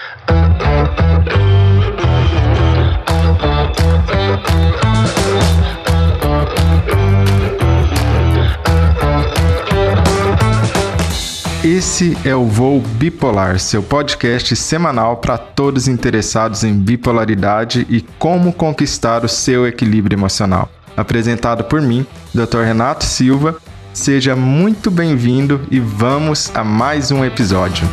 Esse é o Voo Bipolar, seu podcast semanal para todos interessados em bipolaridade e como conquistar o seu equilíbrio emocional. Apresentado por mim, Dr. Renato Silva. Seja muito bem-vindo e vamos a mais um episódio.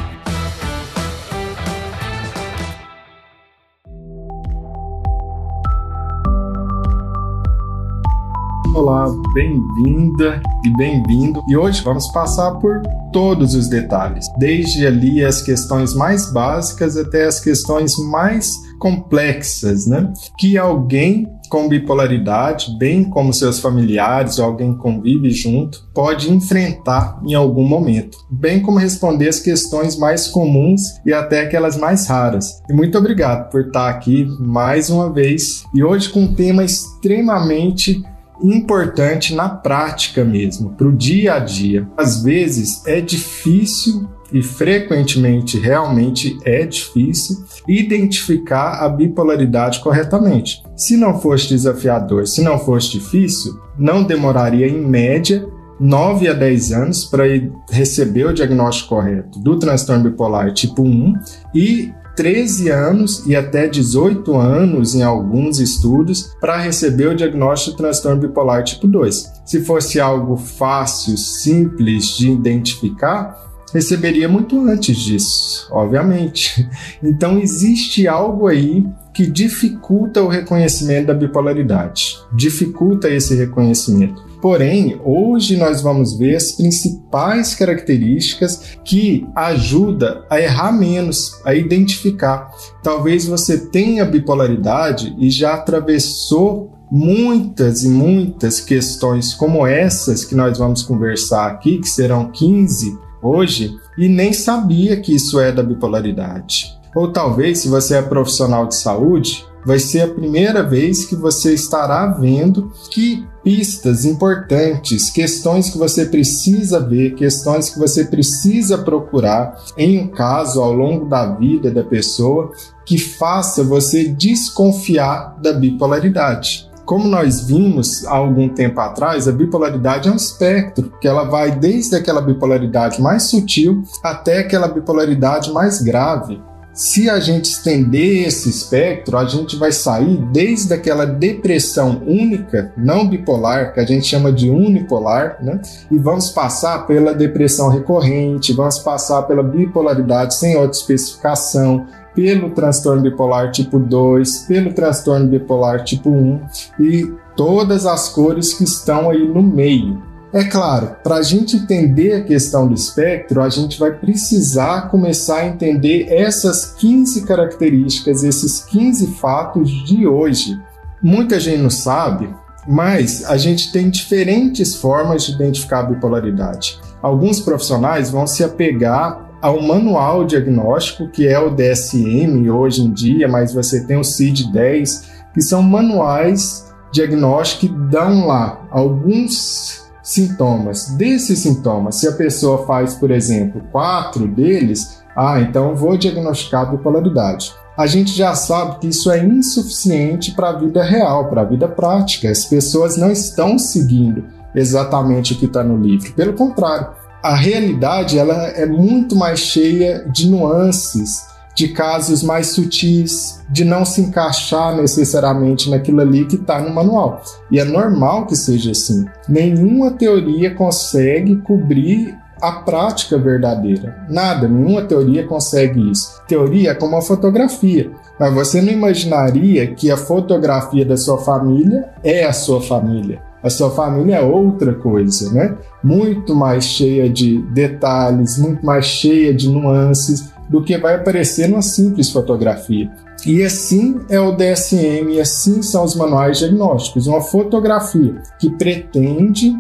Olá, bem-vinda e bem-vindo. E hoje vamos passar por todos os detalhes, desde ali as questões mais básicas até as questões mais complexas, né? Que alguém com bipolaridade, bem como seus familiares ou alguém que convive junto, pode enfrentar em algum momento, bem como responder as questões mais comuns e até aquelas mais raras. E muito obrigado por estar aqui mais uma vez e hoje com um tema extremamente importante na prática mesmo, para o dia a dia. Às vezes é difícil e frequentemente realmente é difícil identificar a bipolaridade corretamente. Se não fosse desafiador, se não fosse difícil, não demoraria em média 9 a 10 anos para receber o diagnóstico correto do transtorno bipolar tipo 1 e 13 anos e até 18 anos em alguns estudos para receber o diagnóstico do transtorno bipolar tipo 2. Se fosse algo fácil, simples de identificar, receberia muito antes disso, obviamente. Então existe algo aí que dificulta o reconhecimento da bipolaridade, dificulta esse reconhecimento. Porém, hoje nós vamos ver as principais características que ajudam a errar menos, a identificar. Talvez você tenha bipolaridade e já atravessou muitas e muitas questões como essas que nós vamos conversar aqui, que serão 15 hoje, e nem sabia que isso é da bipolaridade. Ou talvez, se você é profissional de saúde, vai ser a primeira vez que você estará vendo que pistas importantes, questões que você precisa ver, questões que você precisa procurar em um caso ao longo da vida da pessoa que faça você desconfiar da bipolaridade. Como nós vimos há algum tempo atrás, a bipolaridade é um espectro, que ela vai desde aquela bipolaridade mais sutil até aquela bipolaridade mais grave. Se a gente estender esse espectro, a gente vai sair desde aquela depressão única, não bipolar, que a gente chama de unipolar, né? E vamos passar pela depressão recorrente, vamos passar pela bipolaridade sem autoespecificação, pelo transtorno bipolar tipo 2, pelo transtorno bipolar tipo 1 e todas as cores que estão aí no meio. É claro, para a gente entender a questão do espectro, a gente vai precisar começar a entender essas 15 características, esses 15 fatos de hoje. Muita gente não sabe, mas a gente tem diferentes formas de identificar a bipolaridade. Alguns profissionais vão se apegar ao manual diagnóstico, que é o DSM hoje em dia, mas você tem o CID-10, que são manuais diagnósticos que dão lá alguns sintomas. Desses sintomas, se a pessoa faz, por exemplo, 4 deles, então vou diagnosticar a bipolaridade. A gente já sabe que isso é insuficiente para a vida real, para a vida prática. As pessoas não estão seguindo exatamente o que está no livro. Pelo contrário, a realidade ela é muito mais cheia de nuances, de casos mais sutis, de não se encaixar necessariamente naquilo ali que está no manual. E é normal que seja assim. Nenhuma teoria consegue cobrir a prática verdadeira. Nada, nenhuma teoria consegue isso. Teoria é como uma fotografia. Mas você não imaginaria que a fotografia da sua família é a sua família. A sua família é outra coisa, né? Muito mais cheia de detalhes, muito mais cheia de nuances do que vai aparecer numa simples fotografia. E assim é o DSM, e assim são os manuais diagnósticos. Uma fotografia que pretende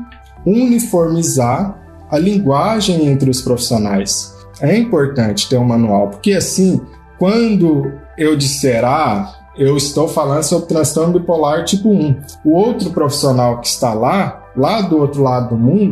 uniformizar a linguagem entre os profissionais. É importante ter um manual, porque assim, quando eu disser, eu estou falando sobre transtorno bipolar tipo 1, o outro profissional que está lá do outro lado do mundo,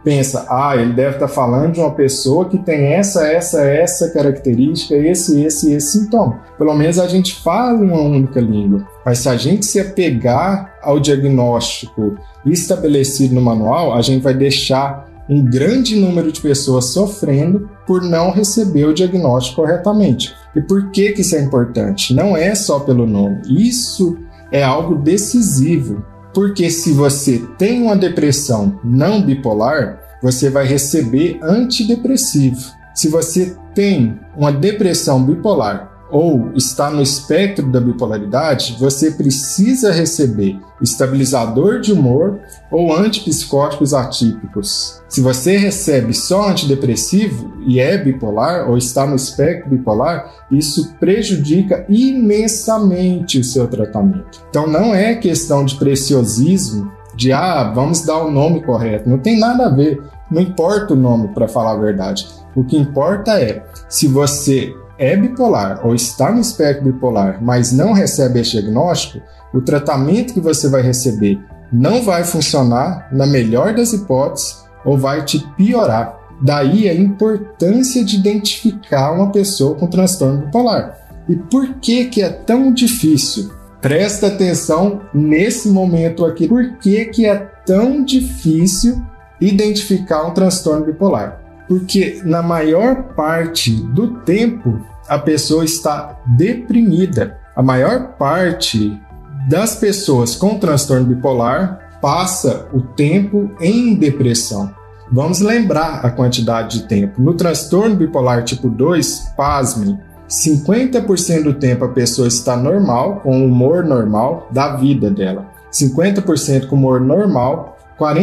pensa, ele deve estar falando de uma pessoa que tem essa característica, esse sintoma. Pelo menos a gente fala uma única língua. Mas se a gente se apegar ao diagnóstico estabelecido no manual, a gente vai deixar um grande número de pessoas sofrendo por não receber o diagnóstico corretamente. E por que isso é importante? Não é só pelo nome. Isso é algo decisivo. Porque se você tem uma depressão não bipolar, você vai receber antidepressivo. Se você tem uma depressão bipolar ou está no espectro da bipolaridade, você precisa receber estabilizador de humor ou antipsicóticos atípicos. Se você recebe só antidepressivo e é bipolar ou está no espectro bipolar, isso prejudica imensamente o seu tratamento. Então não é questão de preciosismo, de vamos dar o nome correto. Não tem nada a ver, não importa o nome, para falar a verdade. O que importa é, se você é bipolar ou está no espectro bipolar, mas não recebe esse diagnóstico, o tratamento que você vai receber não vai funcionar na melhor das hipóteses ou vai te piorar. Daí a importância de identificar uma pessoa com transtorno bipolar. E por que é tão difícil? Presta atenção nesse momento aqui. Por que é tão difícil identificar um transtorno bipolar? Porque na maior parte do tempo a pessoa está deprimida. A maior parte das pessoas com transtorno bipolar passa o tempo em depressão. Vamos lembrar a quantidade de tempo. No transtorno bipolar tipo 2, pasmem, 50% do tempo a pessoa está normal, com humor normal da vida dela. 50% com humor normal,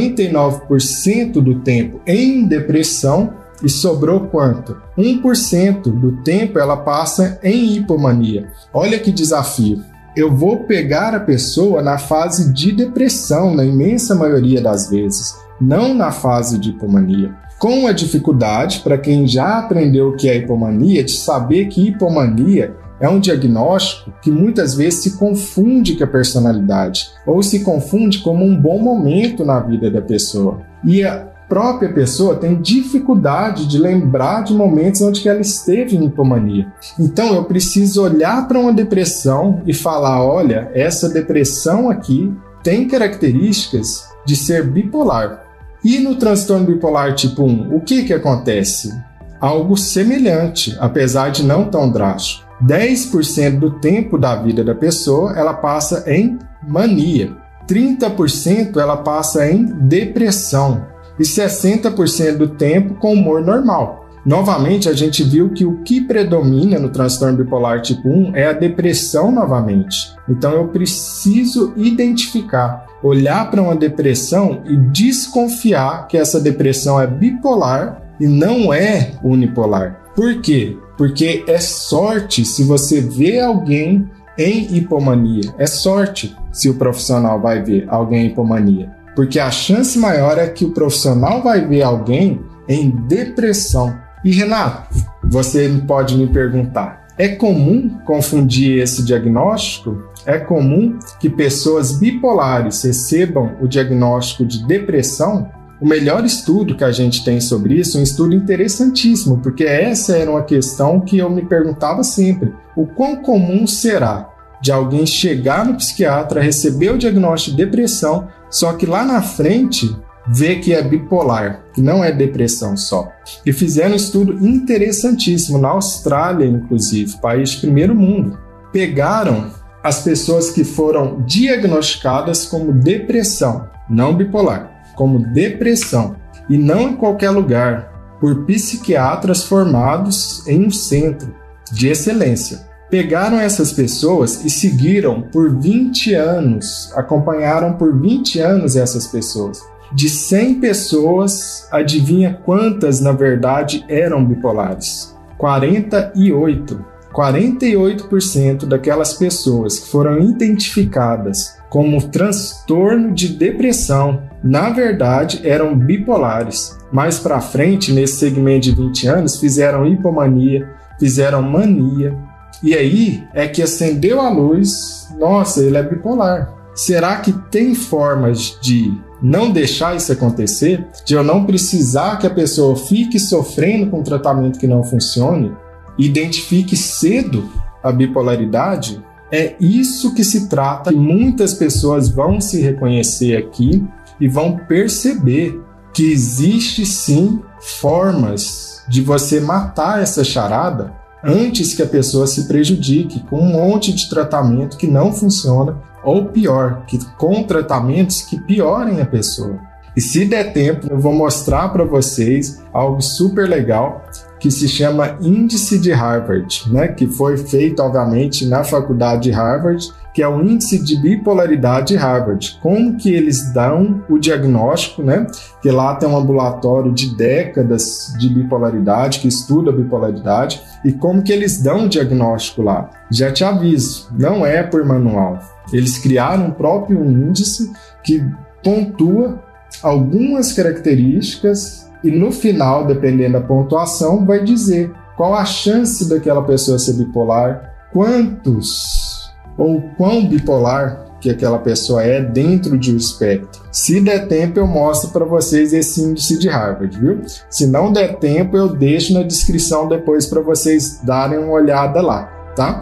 49% do tempo em depressão e sobrou quanto? 1% do tempo ela passa em hipomania. Olha que desafio. Eu vou pegar a pessoa na fase de depressão, na imensa maioria das vezes, não na fase de hipomania. Com a dificuldade, para quem já aprendeu o que é hipomania, de saber que hipomania é um diagnóstico que muitas vezes se confunde com a personalidade, ou se confunde como um bom momento na vida da pessoa. E a própria pessoa tem dificuldade de lembrar de momentos onde ela esteve em hipomania. Então eu preciso olhar para uma depressão e falar, olha, essa depressão aqui tem características de ser bipolar. E no transtorno bipolar tipo 1, o que acontece? Algo semelhante, apesar de não tão drástico. 10% do tempo da vida da pessoa ela passa em mania, 30% ela passa em depressão e 60% do tempo com humor normal. Novamente, a gente viu que o que predomina no transtorno bipolar tipo 1 é a depressão novamente. Então eu preciso identificar, olhar para uma depressão e desconfiar que essa depressão é bipolar e não é unipolar. Por quê? Porque é sorte se você vê alguém em hipomania. É sorte se o profissional vai ver alguém em hipomania. Porque a chance maior é que o profissional vai ver alguém em depressão. E Renato, você pode me perguntar, é comum confundir esse diagnóstico? É comum que pessoas bipolares recebam o diagnóstico de depressão? O melhor estudo que a gente tem sobre isso é um estudo interessantíssimo, porque essa era uma questão que eu me perguntava sempre. O quão comum será de alguém chegar no psiquiatra, receber o diagnóstico de depressão, só que lá na frente vê que é bipolar, que não é depressão só. E fizeram um estudo interessantíssimo, na Austrália, inclusive, país de primeiro mundo. Pegaram as pessoas que foram diagnosticadas como depressão, não bipolar, como depressão, e não em qualquer lugar, por psiquiatras formados em um centro de excelência. Pegaram essas pessoas e seguiram por 20 anos, acompanharam por 20 anos essas pessoas. De 100 pessoas, adivinha quantas, na verdade, eram bipolares? 48. 48% daquelas pessoas que foram identificadas como transtorno de depressão, na verdade, eram bipolares. Mais para frente, nesse segmento de 20 anos, fizeram hipomania, fizeram mania. E aí é que acendeu a luz, nossa, ele é bipolar. Será que tem formas de não deixar isso acontecer, de eu não precisar que a pessoa fique sofrendo com um tratamento que não funcione, identifique cedo a bipolaridade, é isso que se trata. E muitas pessoas vão se reconhecer aqui e vão perceber que existe sim formas de você matar essa charada antes que a pessoa se prejudique com um monte de tratamento que não funciona, ou pior, com tratamentos que piorem a pessoa. E se der tempo, eu vou mostrar para vocês algo super legal que se chama Índice de Harvard, né? Que foi feito, obviamente, na faculdade de Harvard, que é o Índice de Bipolaridade de Harvard. Como que eles dão o diagnóstico, né? Que lá tem um ambulatório de décadas de bipolaridade, que estuda a bipolaridade, e como que eles dão o diagnóstico lá. Já te aviso, não é por manual. Eles criaram um próprio índice que pontua algumas características e no final, dependendo da pontuação, vai dizer qual a chance daquela pessoa ser bipolar, quantos ou quão bipolar que aquela pessoa é dentro de um espectro. Se der tempo, eu mostro para vocês esse índice de Harvard, viu? Se não der tempo, eu deixo na descrição depois para vocês darem uma olhada lá, tá?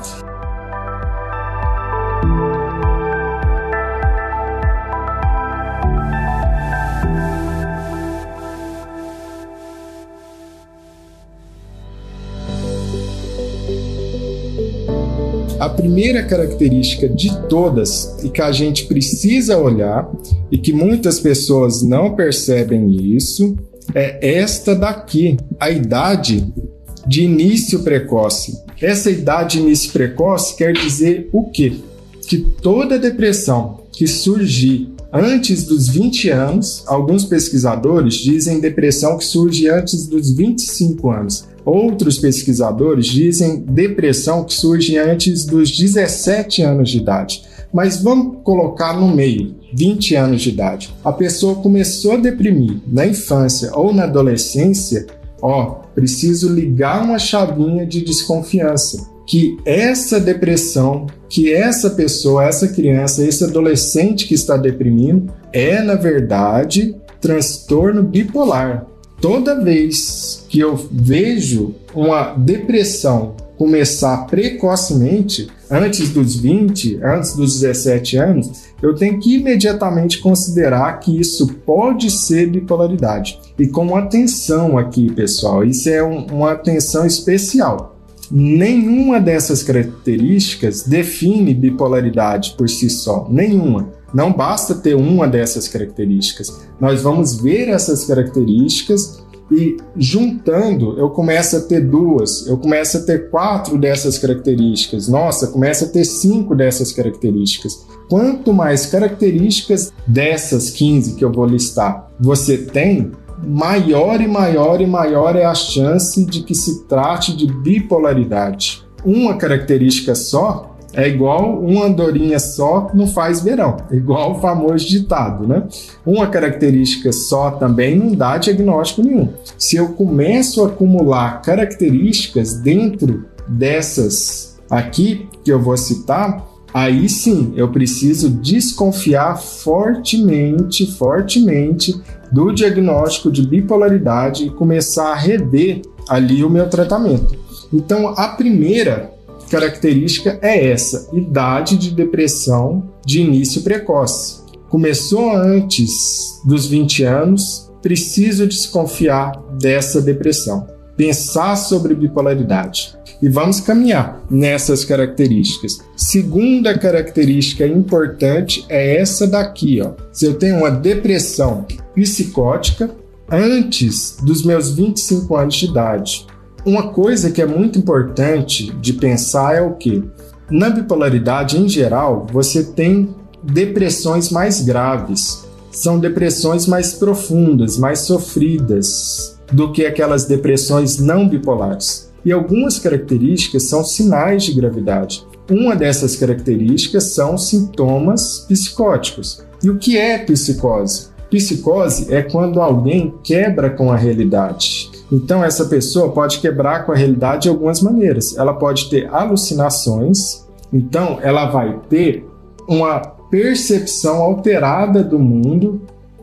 A primeira característica de todas e que a gente precisa olhar e que muitas pessoas não percebem isso é esta daqui, a idade de início precoce. Essa idade de início precoce quer dizer o quê? Que toda depressão que surgir antes dos 20 anos, alguns pesquisadores dizem depressão que surge antes dos 25 anos. Outros pesquisadores dizem depressão que surge antes dos 17 anos de idade. Mas vamos colocar no meio, 20 anos de idade. A pessoa começou a deprimir na infância ou na adolescência, preciso ligar uma chavinha de desconfiança. Que essa depressão, que essa pessoa, essa criança, esse adolescente que está deprimindo é, na verdade, transtorno bipolar. Toda vez que eu vejo uma depressão começar precocemente, antes dos 20, antes dos 17 anos, eu tenho que imediatamente considerar que isso pode ser bipolaridade. E com atenção aqui, pessoal, isso é uma atenção especial. Nenhuma dessas características define bipolaridade por si só, nenhuma. Não basta ter uma dessas características. Nós vamos ver essas características e juntando eu começo a ter 2, eu começo a ter 4 dessas características. Nossa, começo a ter 5 dessas características. Quanto mais características dessas 15 que eu vou listar você tem, maior e maior e maior é a chance de que se trate de bipolaridade. Uma característica só é igual uma andorinha só não faz verão, igual o famoso ditado, né? Uma característica só também não dá diagnóstico nenhum. Se eu começo a acumular características dentro dessas aqui que eu vou citar, aí sim eu preciso desconfiar fortemente do diagnóstico de bipolaridade e começar a rever ali o meu tratamento. Então, a primeira característica é essa, idade de depressão de início precoce. Começou antes dos 20 anos, preciso desconfiar dessa depressão. Pensar sobre bipolaridade. E vamos caminhar nessas características. Segunda característica importante é essa daqui, Se eu tenho uma depressão psicótica antes dos meus 25 anos de idade. Uma coisa que é muito importante de pensar é o quê? Na bipolaridade, em geral, você tem depressões mais graves. São depressões mais profundas, mais sofridas do que aquelas depressões não bipolares. E algumas características são sinais de gravidade. Uma dessas características são sintomas psicóticos. E o que é psicose? Psicose é quando alguém quebra com a realidade. Então, essa pessoa pode quebrar com a realidade de algumas maneiras. Ela pode ter alucinações, então ela vai ter uma percepção alterada do mundo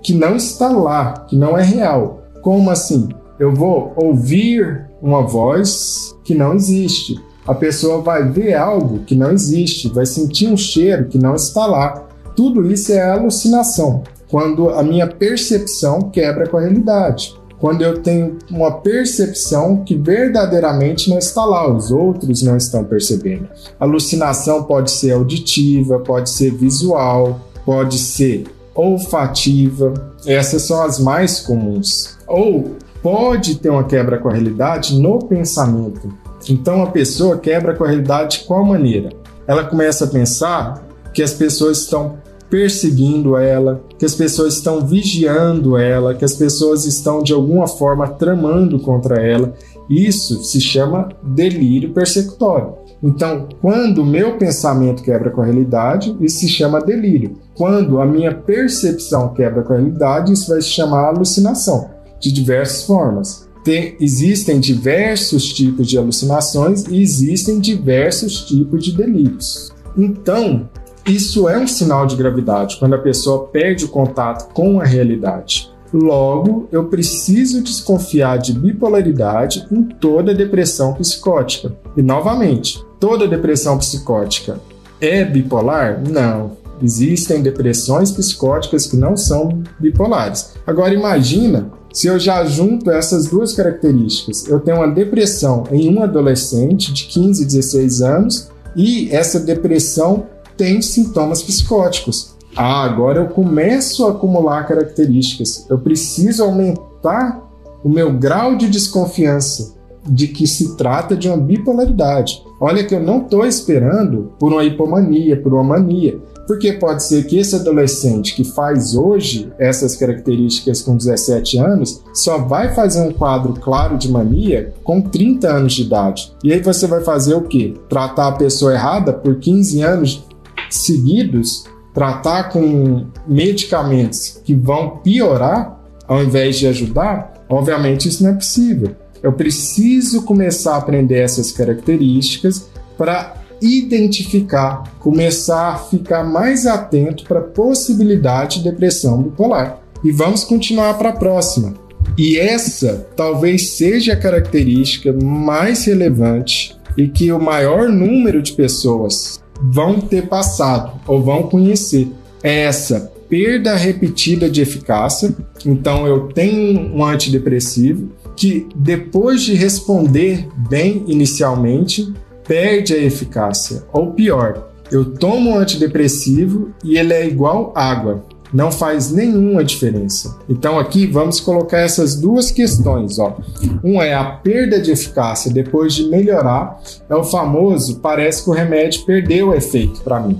que não está lá, que não é real. Como assim? Eu vou ouvir uma voz que não existe. A pessoa vai ver algo que não existe, vai sentir um cheiro que não está lá. Tudo isso é alucinação, quando a minha percepção quebra com a realidade. Quando eu tenho uma percepção que verdadeiramente não está lá, os outros não estão percebendo. Alucinação pode ser auditiva, pode ser visual, pode ser olfativa. Essas são as mais comuns. Ou pode ter uma quebra com a realidade no pensamento. Então a pessoa quebra com a realidade de qual maneira? Ela começa a pensar que as pessoas estão perseguindo ela, que as pessoas estão vigiando ela, que as pessoas estão de alguma forma tramando contra ela. Isso se chama delírio persecutório. Então, quando o meu pensamento quebra com a realidade, isso se chama delírio. Quando a minha percepção quebra com a realidade, isso vai se chamar alucinação, de diversas formas. Existem diversos tipos de alucinações e existem diversos tipos de delírios. Então, isso é um sinal de gravidade, quando a pessoa perde o contato com a realidade. Logo, eu preciso desconfiar de bipolaridade em toda depressão psicótica. E, novamente, toda depressão psicótica é bipolar? Não. Existem depressões psicóticas que não são bipolares. Agora, imagina se eu já junto essas duas características. Eu tenho uma depressão em um adolescente de 15, 16 anos e essa depressão tem sintomas psicóticos. Agora eu começo a acumular características. Eu preciso aumentar o meu grau de desconfiança de que se trata de uma bipolaridade. Olha que eu não estou esperando por uma hipomania, por uma mania. Porque pode ser que esse adolescente que faz hoje essas características com 17 anos só vai fazer um quadro claro de mania com 30 anos de idade. E aí você vai fazer o quê? Tratar a pessoa errada por 15 anos seguidos? Tratar com medicamentos que vão piorar ao invés de ajudar? Obviamente isso não é possível. Eu preciso começar a aprender essas características para identificar, começar a ficar mais atento para a possibilidade de depressão bipolar. E vamos continuar para a próxima. E essa talvez seja a característica mais relevante e que o maior número de pessoas vão ter passado ou vão conhecer. É essa perda repetida de eficácia. Então eu tenho um antidepressivo que depois de responder bem inicialmente, perde a eficácia. Ou pior, eu tomo um antidepressivo e ele é igual água. Não faz nenhuma diferença. Então aqui vamos colocar essas duas questões. Uma é a perda de eficácia depois de melhorar. É o famoso, parece que o remédio perdeu o efeito para mim.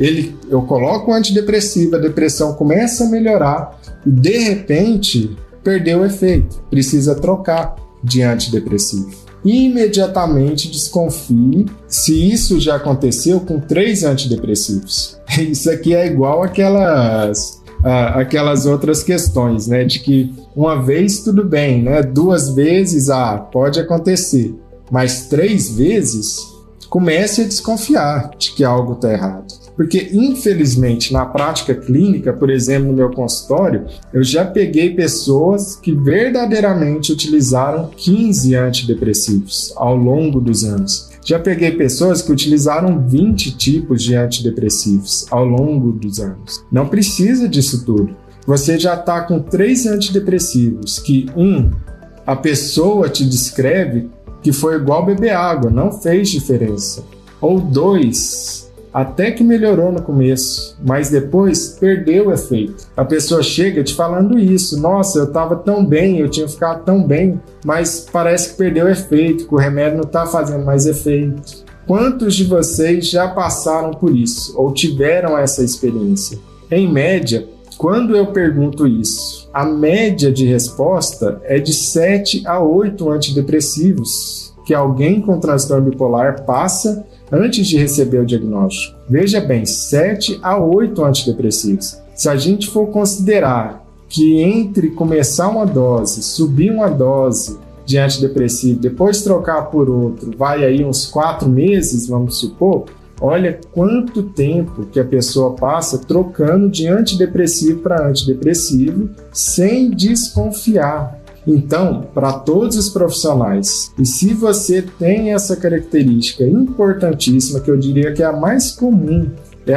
Eu coloco o antidepressivo, a depressão começa a melhorar e de repente perdeu o efeito. Precisa trocar de antidepressivo. Imediatamente desconfie se isso já aconteceu com 3 antidepressivos. Isso aqui é igual aquelas outras questões, né? De que uma vez tudo bem, né? 2 vezes, pode acontecer. Mas 3 vezes, comece a desconfiar de que algo está errado. Porque, infelizmente, na prática clínica, por exemplo, no meu consultório, eu já peguei pessoas que verdadeiramente utilizaram 15 antidepressivos ao longo dos anos. Já peguei pessoas que utilizaram 20 tipos de antidepressivos ao longo dos anos. Não precisa disso tudo. Você já está com 3 antidepressivos que, a pessoa te descreve que foi igual beber água, não fez diferença. Ou 2, até que melhorou no começo, mas depois perdeu o efeito. A pessoa chega te falando isso. Nossa, eu estava tão bem, eu tinha ficado tão bem, mas parece que perdeu o efeito, que o remédio não está fazendo mais efeito. Quantos de vocês já passaram por isso ou tiveram essa experiência? Em média, quando eu pergunto isso, a média de resposta é de 7 a 8 antidepressivos que alguém com transtorno bipolar passa antes de receber o diagnóstico. Veja bem, 7 a 8 antidepressivos. Se a gente for considerar que entre começar uma dose, subir uma dose de antidepressivo, depois trocar por outro, vai aí uns 4 meses, vamos supor, Olha quanto tempo que a pessoa passa trocando de antidepressivo para antidepressivo sem desconfiar. Então, para todos os profissionais, e se você tem essa característica importantíssima, que eu diria que é a mais comum,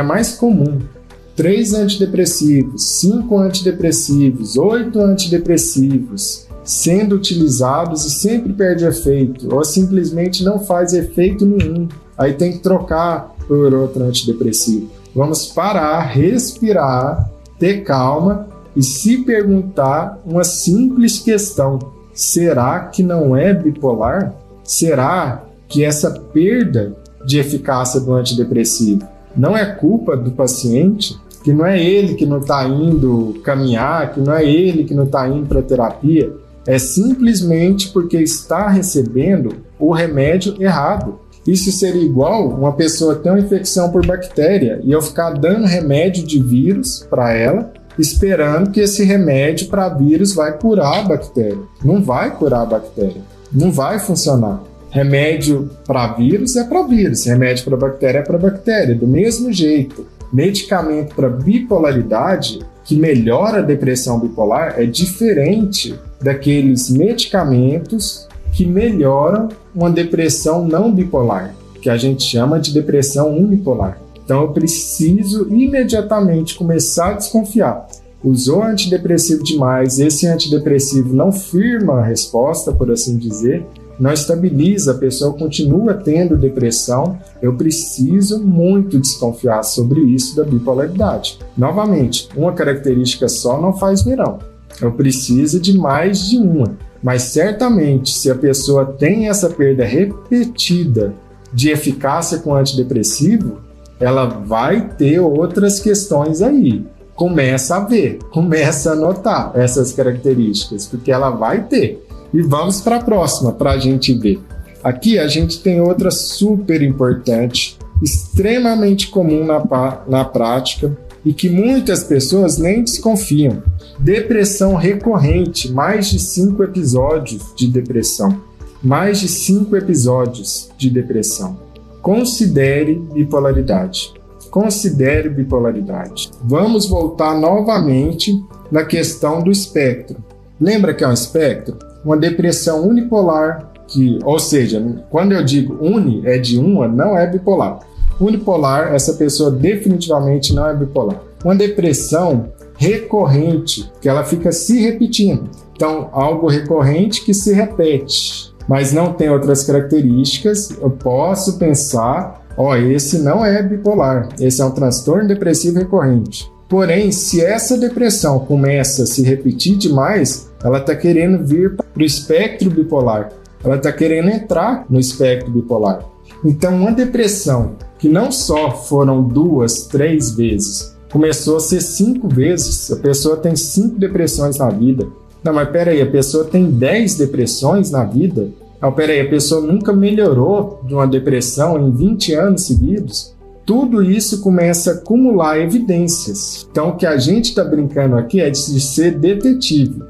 3 antidepressivos, 5 antidepressivos, 8 antidepressivos sendo utilizados e sempre perde efeito, ou simplesmente não faz efeito nenhum, aí tem que trocar por outro antidepressivo. Vamos parar, respirar, ter calma e se perguntar uma simples questão: será que não é bipolar? Será que essa perda de eficácia do antidepressivo não é culpa do paciente? Que não é ele que não está indo caminhar, que não é ele que não está indo para terapia? É simplesmente porque está recebendo o remédio errado. Isso seria igual uma pessoa ter uma infecção por bactéria e eu ficar dando remédio de vírus para ela, esperando que esse remédio para vírus vai curar a bactéria. Não vai curar a bactéria. Não vai funcionar. Remédio para vírus é para vírus, remédio para bactéria é para bactéria. Do mesmo jeito, medicamento para bipolaridade que melhora a depressão bipolar é diferente daqueles medicamentos que melhoram uma depressão não bipolar, que a gente chama de depressão unipolar. Então eu preciso imediatamente começar a desconfiar. Usou antidepressivo demais, esse antidepressivo não firma a resposta, por assim dizer, não estabiliza, a pessoa continua tendo depressão, eu preciso muito desconfiar sobre isso da bipolaridade. Novamente, uma característica só não faz verão. Eu preciso de mais de uma. Mas certamente, se a pessoa tem essa perda repetida de eficácia com antidepressivo, ela vai ter outras questões aí. Começa a ver, começa a notar essas características, porque ela vai ter. E vamos para a próxima, para a gente ver. Aqui a gente tem outra super importante, extremamente comum na prática e que muitas pessoas nem desconfiam. Depressão recorrente, mais de 5 episódios de depressão. Mais de 5 episódios de depressão. Considere bipolaridade. Considere bipolaridade. Vamos voltar novamente na questão do espectro. Lembra que é um espectro? Uma depressão unipolar, ou seja, quando eu digo uni, é de uma, não é bipolar. Unipolar, essa pessoa definitivamente não é bipolar. Uma depressão recorrente, que ela fica se repetindo. Então, algo recorrente que se repete, mas não tem outras características, eu posso pensar, esse não é bipolar, esse é um transtorno depressivo recorrente. Porém, se essa depressão começa a se repetir demais, ela está querendo vir para o espectro bipolar, ela está querendo entrar no espectro bipolar. Então, uma depressão que não só foram 2, 3 vezes, começou a ser 5 vezes, a pessoa tem 5 depressões na vida. Não, mas peraí, a pessoa tem 10 depressões na vida? Não, peraí, a pessoa nunca melhorou de uma depressão em 20 anos seguidos? Tudo isso começa a acumular evidências. Então, o que a gente está brincando aqui é de ser detetive.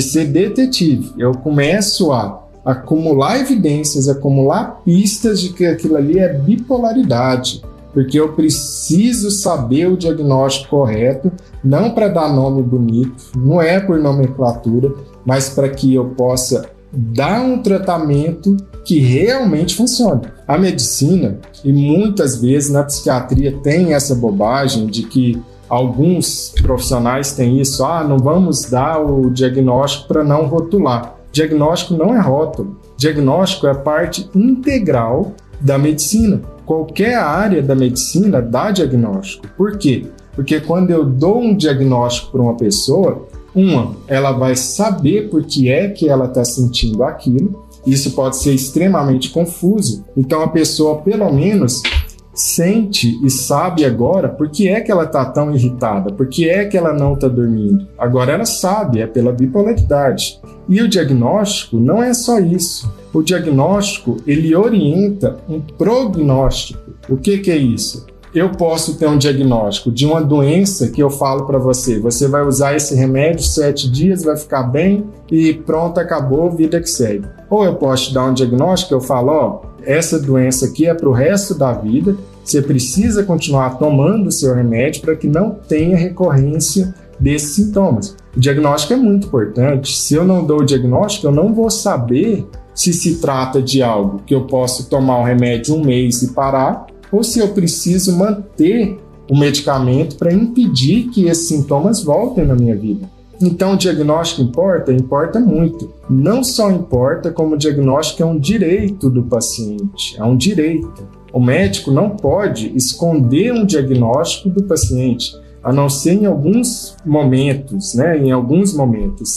Eu começo a acumular evidências, acumular pistas de que aquilo ali é bipolaridade, porque eu preciso saber o diagnóstico correto, não para dar nome bonito, não é por nomenclatura, mas para que eu possa dar um tratamento que realmente funcione. A medicina, e muitas vezes na psiquiatria tem essa bobagem de que alguns profissionais têm isso, não vamos dar o diagnóstico para não rotular. Diagnóstico não é rótulo, diagnóstico é parte integral da medicina. Qualquer área da medicina dá diagnóstico. Por quê? Porque quando eu dou um diagnóstico para uma pessoa, ela vai saber por que é que ela está sentindo aquilo. Isso pode ser extremamente confuso. Então a pessoa, pelo menos, sente e sabe agora por que é que ela está tão irritada, por que é que ela não está dormindo. Agora ela sabe, é pela bipolaridade. E o diagnóstico não é só isso. O diagnóstico, ele orienta um prognóstico. O que é isso? Eu posso ter um diagnóstico de uma doença que eu falo para você vai usar esse remédio 7 dias, vai ficar bem e pronto, acabou, vida que segue. Ou eu posso te dar um diagnóstico que eu falo, essa doença aqui é para o resto da vida Você precisa continuar tomando o seu remédio para que não tenha recorrência desses sintomas. O diagnóstico é muito importante. Se eu não dou o diagnóstico, eu não vou saber se trata de algo que eu posso tomar o remédio 1 mês e parar, ou se eu preciso manter o medicamento para impedir que esses sintomas voltem na minha vida. Então, o diagnóstico importa? Importa muito. Não só importa, como o diagnóstico é um direito do paciente, é um direito. O médico não pode esconder um diagnóstico do paciente, a não ser em alguns momentos, né? Em alguns momentos.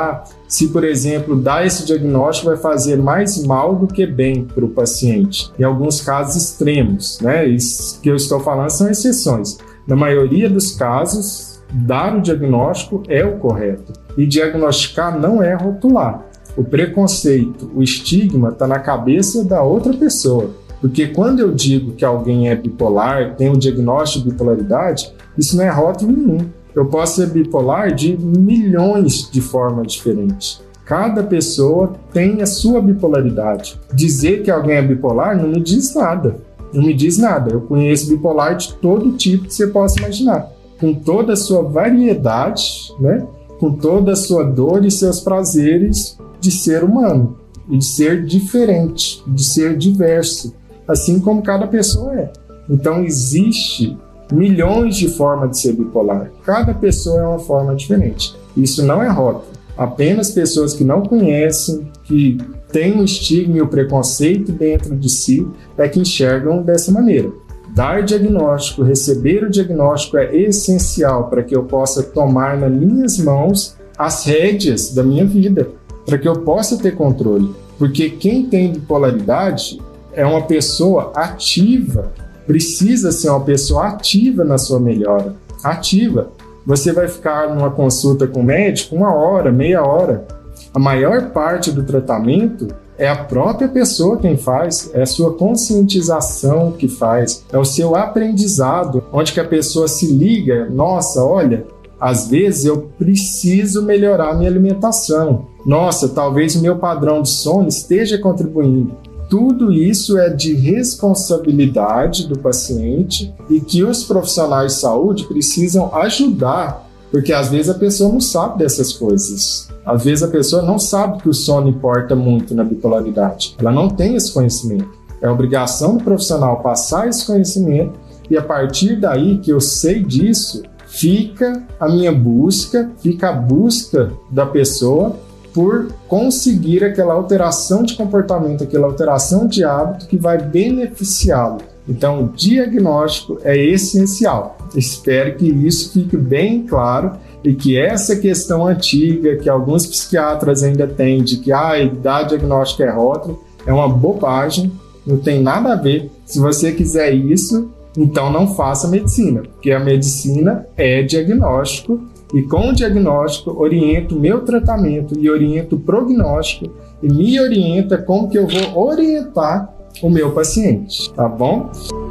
Se, por exemplo, dar esse diagnóstico vai fazer mais mal do que bem para o paciente. Em alguns casos extremos, né? Isso que eu estou falando são exceções. Na maioria dos casos, dar o diagnóstico é o correto. E diagnosticar não é rotular. O preconceito, o estigma está na cabeça da outra pessoa. Porque quando eu digo que alguém é bipolar, tem um diagnóstico de bipolaridade, isso não é rótulo nenhum. Eu posso ser bipolar de milhões de formas diferentes. Cada pessoa tem a sua bipolaridade. Dizer que alguém é bipolar não me diz nada. Não me diz nada. Eu conheço bipolar de todo tipo que você possa imaginar. Com toda a sua variedade, né? Com toda a sua dor e seus prazeres de ser humano. E de ser diferente, de ser diverso. Assim como cada pessoa é. Então, existe milhões de formas de ser bipolar. Cada pessoa é uma forma diferente. Isso não é rótulo. Apenas pessoas que não conhecem, que têm o estigma e o preconceito dentro de si, é que enxergam dessa maneira. Dar diagnóstico, receber o diagnóstico é essencial para que eu possa tomar nas minhas mãos as rédeas da minha vida, para que eu possa ter controle. Porque quem tem bipolaridade é uma pessoa ativa, precisa ser uma pessoa ativa na sua melhora. Ativa. Você vai ficar numa consulta com o médico 1 hora, meia hora. A maior parte do tratamento é a própria pessoa quem faz, é a sua conscientização que faz, é o seu aprendizado, onde que a pessoa se liga, nossa, olha, às vezes eu preciso melhorar minha alimentação. Nossa, talvez o meu padrão de sono esteja contribuindo. Tudo isso é de responsabilidade do paciente e que os profissionais de saúde precisam ajudar, porque às vezes a pessoa não sabe dessas coisas. Às vezes a pessoa não sabe que o sono importa muito na bipolaridade. Ela não tem esse conhecimento. É obrigação do profissional passar esse conhecimento e a partir daí que eu sei disso, fica a minha busca, fica a busca da pessoa por conseguir aquela alteração de comportamento, aquela alteração de hábito que vai beneficiá-lo. Então, o diagnóstico é essencial. Espero que isso fique bem claro e que essa questão antiga que alguns psiquiatras ainda têm de que dar diagnóstico é rótulo, é uma bobagem, não tem nada a ver. Se você quiser isso, então não faça medicina, porque a medicina é diagnóstico. E com o diagnóstico, oriento o meu tratamento e oriento o prognóstico e me orienta como que eu vou orientar o meu paciente, tá bom?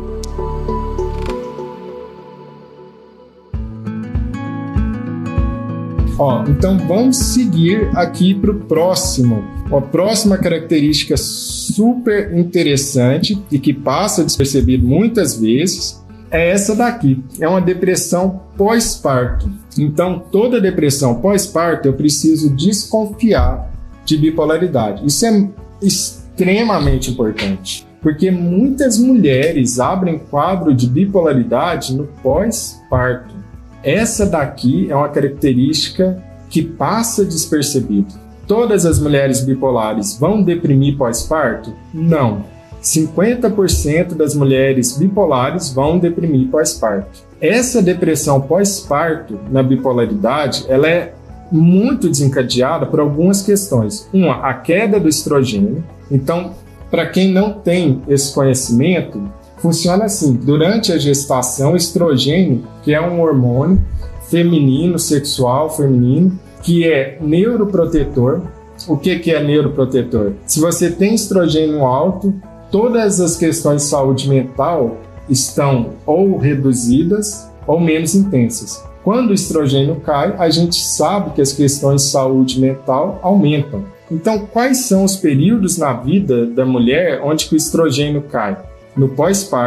Então vamos seguir aqui para o próximo. A próxima característica super interessante e que passa despercebido muitas vezes é essa daqui, é uma depressão pós-parto. Então, toda depressão pós-parto eu preciso desconfiar de bipolaridade. Isso é extremamente importante, porque muitas mulheres abrem quadro de bipolaridade no pós-parto. Essa daqui é uma característica que passa despercebido. Todas as mulheres bipolares vão deprimir pós-parto? Não. 50% das mulheres bipolares vão deprimir pós-parto. Essa depressão pós-parto na bipolaridade, ela é muito desencadeada por algumas questões. Uma, a queda do estrogênio. Então, para quem não tem esse conhecimento, funciona assim. Durante a gestação, o estrogênio, que é um hormônio feminino, sexual feminino, que é neuroprotetor. O que é neuroprotetor? Se você tem estrogênio alto, todas as questões de saúde mental estão ou reduzidas ou menos intensas. Quando o estrogênio cai, a gente sabe que as questões de saúde mental aumentam. Então, quais são os períodos na vida da mulher onde o estrogênio cai? No pós-parto,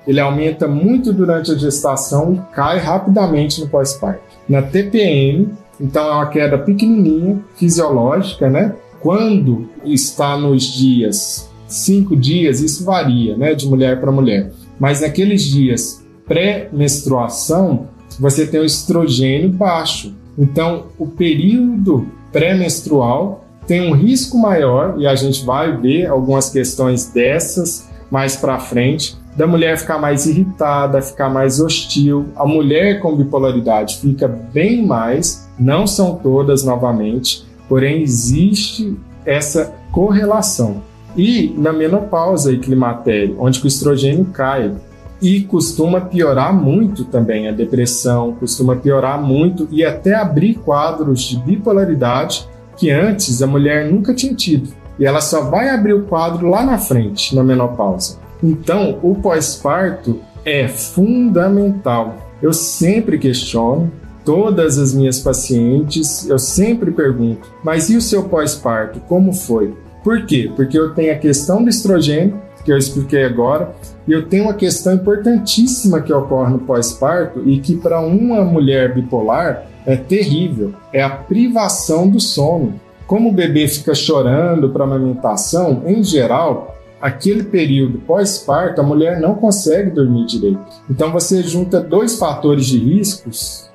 ele aumenta muito durante a gestação e cai rapidamente no pós-parto. Na TPM, então é uma queda pequenininha, fisiológica, né? Quando está nos dias 5 dias, isso varia, né, de mulher para mulher. Mas naqueles dias pré-menstruação, você tem o estrogênio baixo. Então, o período pré-menstrual tem um risco maior, e a gente vai ver algumas questões dessas mais para frente, da mulher ficar mais irritada, ficar mais hostil. A mulher com bipolaridade fica bem mais, não são todas novamente, porém existe essa correlação. E na menopausa e climatério, onde o estrogênio cai, e costuma piorar muito também a depressão, costuma piorar muito e até abrir quadros de bipolaridade que antes a mulher nunca tinha tido. E ela só vai abrir o quadro lá na frente, na menopausa. Então, o pós-parto é fundamental. Eu sempre questiono, todas as minhas pacientes, eu sempre pergunto, mas e o seu pós-parto, como foi? Por quê? Porque eu tenho a questão do estrogênio, que eu expliquei agora, e eu tenho uma questão importantíssima que ocorre no pós-parto e que para uma mulher bipolar é terrível, é a privação do sono. Como o bebê fica chorando para amamentação, em geral, aquele período pós-parto, a mulher não consegue dormir direito. Então você junta 2 fatores de riscos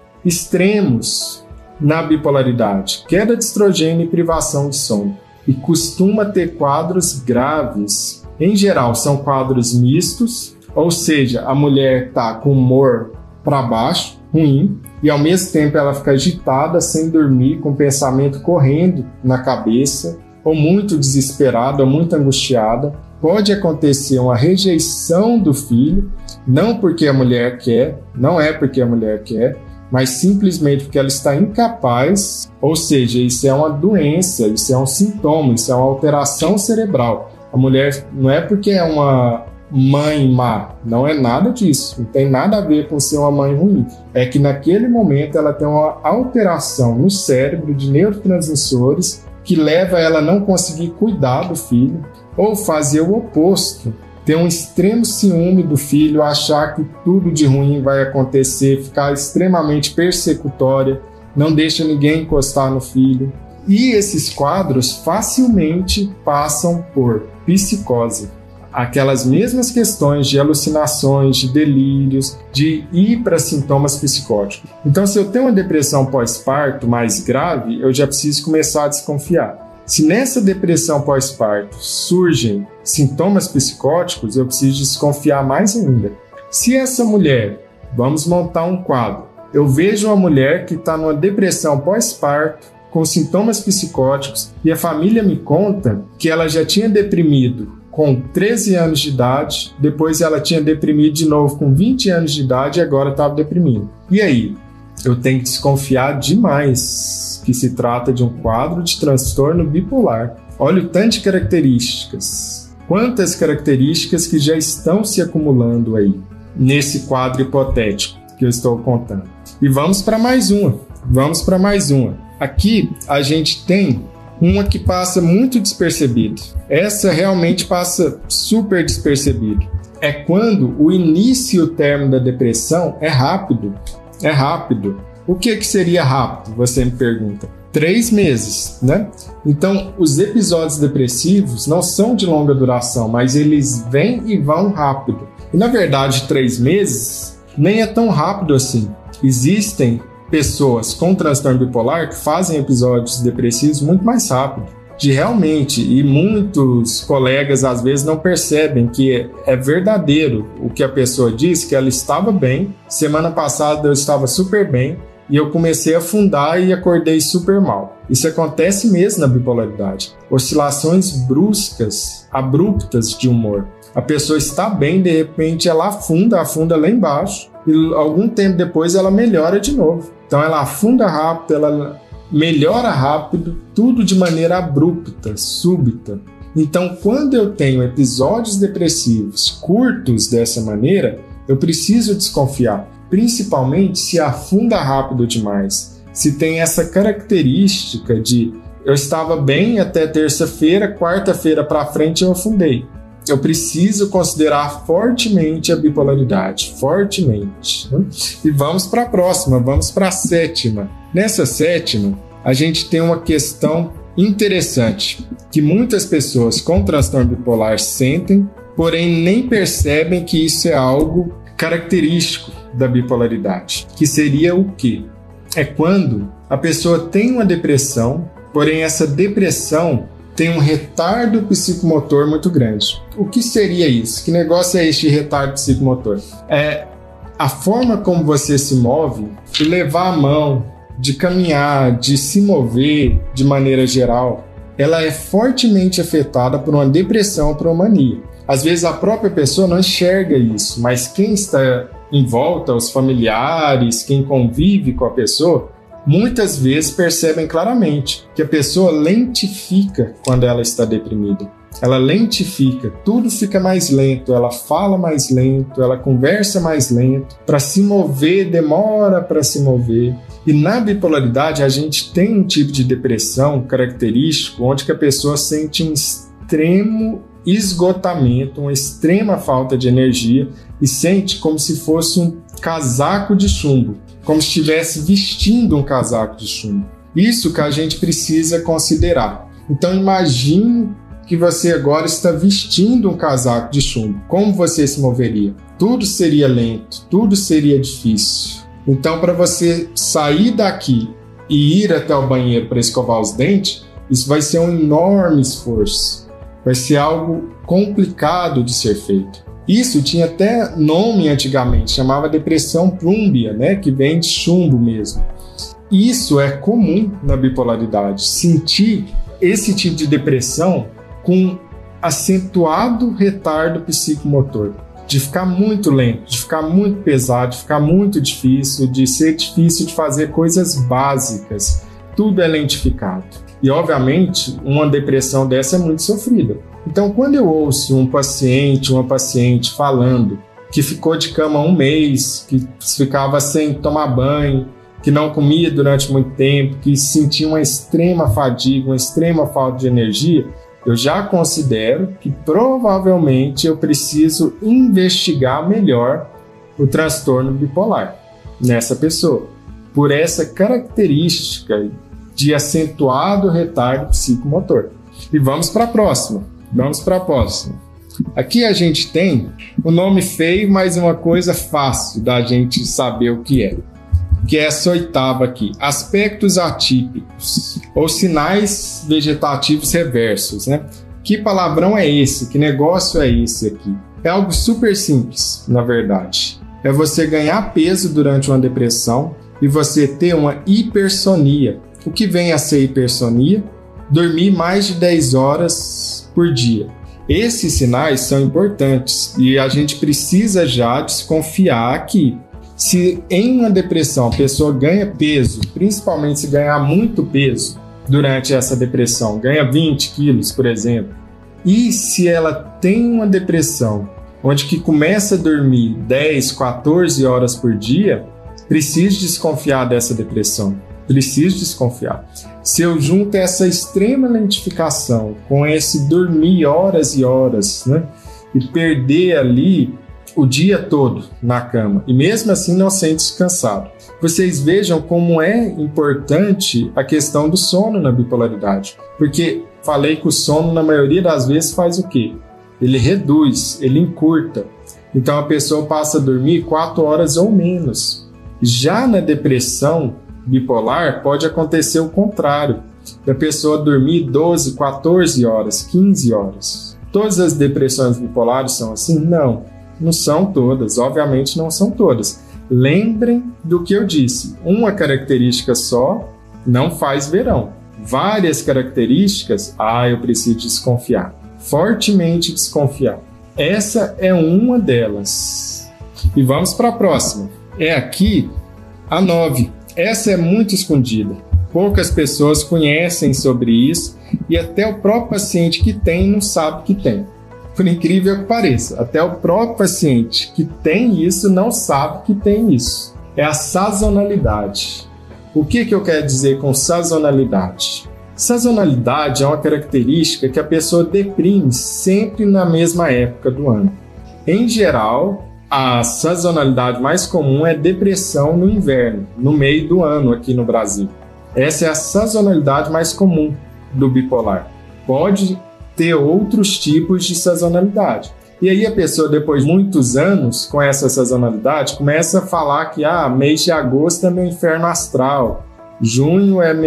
extremos na bipolaridade, queda de estrogênio e privação de sono. E costuma ter quadros graves. Em geral, são quadros mistos, ou seja, a mulher está com humor para baixo, ruim, e ao mesmo tempo ela fica agitada, sem dormir, com o pensamento correndo na cabeça, ou muito desesperada, ou muito angustiada. Pode acontecer uma rejeição do filho, não porque a mulher quer, não é porque a mulher quer, mas simplesmente porque ela está incapaz, ou seja, isso é uma doença, isso é um sintoma, isso é uma alteração cerebral. A mulher não é porque é uma mãe má, não é nada disso, não tem nada a ver com ser uma mãe ruim. É que naquele momento ela tem uma alteração no cérebro de neurotransmissores que leva ela a não conseguir cuidar do filho ou fazer o oposto. Ter um extremo ciúme do filho, achar que tudo de ruim vai acontecer, ficar extremamente persecutória, não deixa ninguém encostar no filho. E esses quadros facilmente passam por psicose. Aquelas mesmas questões de alucinações, de delírios, de ir para sintomas psicóticos. Então, se eu tenho uma depressão pós-parto mais grave, eu já preciso começar a desconfiar. Se nessa depressão pós-parto surgem sintomas psicóticos, eu preciso desconfiar mais ainda. Se essa mulher, vamos montar um quadro, eu vejo uma mulher que está numa depressão pós-parto, com sintomas psicóticos, e a família me conta que ela já tinha deprimido com 13 anos de idade, depois ela tinha deprimido de novo com 20 anos de idade e agora estava deprimindo. E aí? Eu tenho que desconfiar demais que se trata de um quadro de transtorno bipolar. Olha o tanto de características. Quantas características que já estão se acumulando aí, nesse quadro hipotético que eu estou contando. E vamos para mais uma. Aqui a gente tem uma que passa muito despercebido. Essa realmente passa super despercebido. É quando o início e o término da depressão é rápido. É rápido. O que seria rápido? Você me pergunta. 3 meses, né? Então, os episódios depressivos não são de longa duração, mas eles vêm e vão rápido. E, na verdade, 3 meses nem é tão rápido assim. Existem pessoas com transtorno bipolar que fazem episódios depressivos muito mais rápido. De realmente, e muitos colegas às vezes não percebem que é verdadeiro o que a pessoa diz, que ela estava bem, semana passada eu estava super bem, e eu comecei a afundar e acordei super mal. Isso acontece mesmo na bipolaridade. Oscilações bruscas, abruptas de humor. A pessoa está bem, de repente ela afunda lá embaixo, e algum tempo depois ela melhora de novo. Então ela afunda rápido, ela melhora rápido, tudo de maneira abrupta, súbita. Então, quando eu tenho episódios depressivos curtos dessa maneira, eu preciso desconfiar, principalmente se afunda rápido demais, se tem essa característica de eu estava bem até terça-feira, quarta-feira para frente eu afundei. eu preciso considerar fortemente a bipolaridade, fortemente. E vamos para a próxima, vamos para a sétima. Nessa sétima, a gente tem uma questão interessante, que muitas pessoas com transtorno bipolar sentem, porém nem percebem que isso é algo característico da bipolaridade. Que seria o quê? É quando a pessoa tem uma depressão, porém essa depressão tem um retardo psicomotor muito grande. O que seria isso? Que negócio é este retardo psicomotor? É a forma como você se move, de levar a mão, de caminhar, de se mover de maneira geral, ela é fortemente afetada por uma depressão ou por uma mania. Às vezes a própria pessoa não enxerga isso, mas quem está em volta, os familiares, quem convive com a pessoa, muitas vezes percebem claramente que a pessoa lentifica quando ela está deprimida. Ela lentifica, tudo fica mais lento, ela fala mais lento, ela conversa mais lento, para se mover, demora para se mover. E na bipolaridade a gente tem um tipo de depressão característico onde que a pessoa sente um extremo esgotamento, uma extrema falta de energia e sente como se fosse um casaco de chumbo, como se estivesse vestindo um casaco de chumbo. Isso que a gente precisa considerar. Então imagine que você agora está vestindo um casaco de chumbo. Como você se moveria? Tudo seria lento, tudo seria difícil. Então, para você sair daqui e ir até o banheiro para escovar os dentes, isso vai ser um enorme esforço. Vai ser algo complicado de ser feito. Isso tinha até nome antigamente, chamava depressão plúmbia, né? Que vem de chumbo mesmo. Isso é comum na bipolaridade, sentir esse tipo de depressão com acentuado retardo psicomotor, de ficar muito lento, de ficar muito pesado, de ficar muito difícil, de ser difícil de fazer coisas básicas. Tudo é lentificado. E, obviamente, uma depressão dessa é muito sofrida. Então, quando eu ouço uma paciente falando que ficou de cama 1 mês, que ficava sem tomar banho, que não comia durante muito tempo, que sentia uma extrema fadiga, uma extrema falta de energia, eu já considero que provavelmente eu preciso investigar melhor o transtorno bipolar nessa pessoa, por essa característica de acentuado retardo psicomotor. E vamos para a próxima. Aqui a gente tem um nome feio, mas uma coisa fácil da gente saber o que é essa oitava aqui, aspectos atípicos, ou sinais vegetativos reversos, né? Que palavrão é esse? Que negócio é esse aqui? É algo super simples, na verdade. É você ganhar peso durante uma depressão e você ter uma hipersonia. O que vem a ser hipersonia? Dormir mais de 10 horas por dia. Esses sinais são importantes e a gente precisa já desconfiar aqui. Se em uma depressão a pessoa ganha peso, principalmente se ganhar muito peso durante essa depressão, ganha 20 quilos, por exemplo, e se ela tem uma depressão onde que começa a dormir 10, 14 horas por dia, preciso desconfiar dessa depressão, preciso desconfiar. Se eu junto essa extrema lentificação com esse dormir horas e horas, né, e perder ali o dia todo na cama, e mesmo assim não sente descansado. Vocês vejam como é importante a questão do sono na bipolaridade, porque falei que o sono na maioria das vezes faz o quê? Ele reduz, ele encurta. Então a pessoa passa a dormir 4 horas ou menos. Já na depressão bipolar pode acontecer o contrário, da pessoa dormir 12, 14 horas, 15 horas. Todas as depressões bipolares são assim? Não são todas, obviamente não são todas. Lembrem do que eu disse, uma característica só não faz verão. Várias características, eu preciso desconfiar, fortemente desconfiar. Essa é uma delas. E vamos para a próxima. É aqui a 9. Essa é muito escondida. Poucas pessoas conhecem sobre isso e até o próprio paciente que tem não sabe que tem. Por incrível que pareça, até o próprio paciente que tem isso não sabe que tem isso. É a sazonalidade. O que eu quero dizer com sazonalidade? Sazonalidade é uma característica que a pessoa deprime sempre na mesma época do ano. Em geral, a sazonalidade mais comum é depressão no inverno, no meio do ano aqui no Brasil. Essa é a sazonalidade mais comum do bipolar. Pode ter outros tipos de sazonalidade. E aí a pessoa, depois de muitos anos com essa sazonalidade, começa a falar que mês de agosto é meu inferno astral, junho é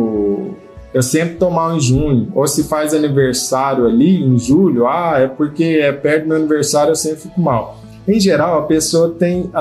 eu sempre tô mal em junho, ou se faz aniversário ali em julho, é porque é perto do meu aniversário, eu sempre fico mal. Em geral, a pessoa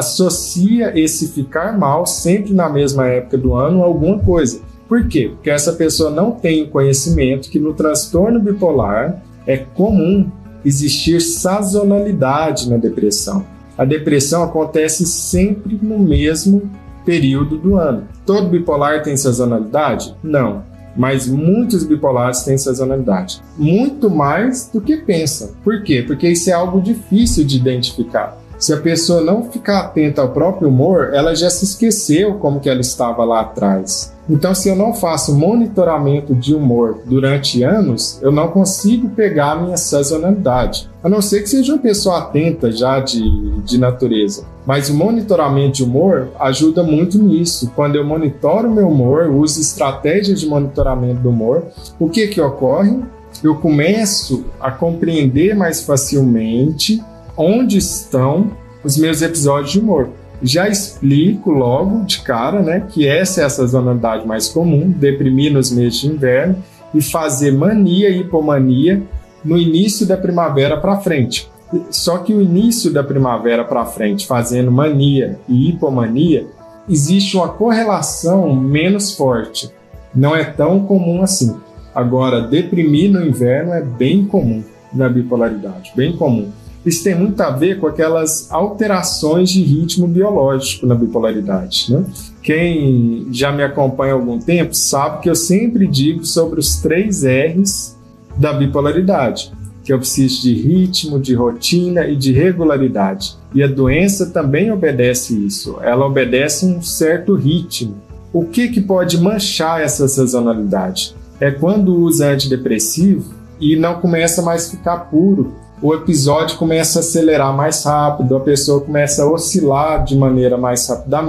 associa esse ficar mal sempre na mesma época do ano a alguma coisa. Por quê? Porque essa pessoa não tem o conhecimento que no transtorno bipolar é comum existir sazonalidade na depressão. A depressão acontece sempre no mesmo período do ano. Todo bipolar tem sazonalidade? Não. Mas muitos bipolares têm sazonalidade. Muito mais do que pensam. Por quê? Porque isso é algo difícil de identificar. Se a pessoa não ficar atenta ao próprio humor, ela já se esqueceu como que ela estava lá atrás. Então, se eu não faço monitoramento de humor durante anos, eu não consigo pegar a minha sazonalidade. A não ser que seja uma pessoa atenta já de natureza. Mas o monitoramento de humor ajuda muito nisso. Quando eu monitoro o meu humor, uso estratégias de monitoramento do humor, o que ocorre? Eu começo a compreender mais facilmente onde estão os meus episódios de humor. Já explico logo de cara, né, que essa é a sazonalidade mais comum, deprimir nos meses de inverno e fazer mania e hipomania no início da primavera para frente. Só que o início da primavera para frente, fazendo mania e hipomania, existe uma correlação menos forte. Não é tão comum assim. Agora, deprimir no inverno é bem comum na bipolaridade, bem comum. Isso tem muito a ver com aquelas alterações de ritmo biológico na bipolaridade, né? Quem já me acompanha há algum tempo sabe que eu sempre digo sobre os 3 R's da bipolaridade, que eu preciso de ritmo, de rotina e de regularidade. E a doença também obedece isso, ela obedece um certo ritmo. O que pode manchar essa sazonalidade? É quando usa antidepressivo e não começa mais a ficar puro. O episódio começa a acelerar mais rápido, a pessoa começa a oscilar de maneira mais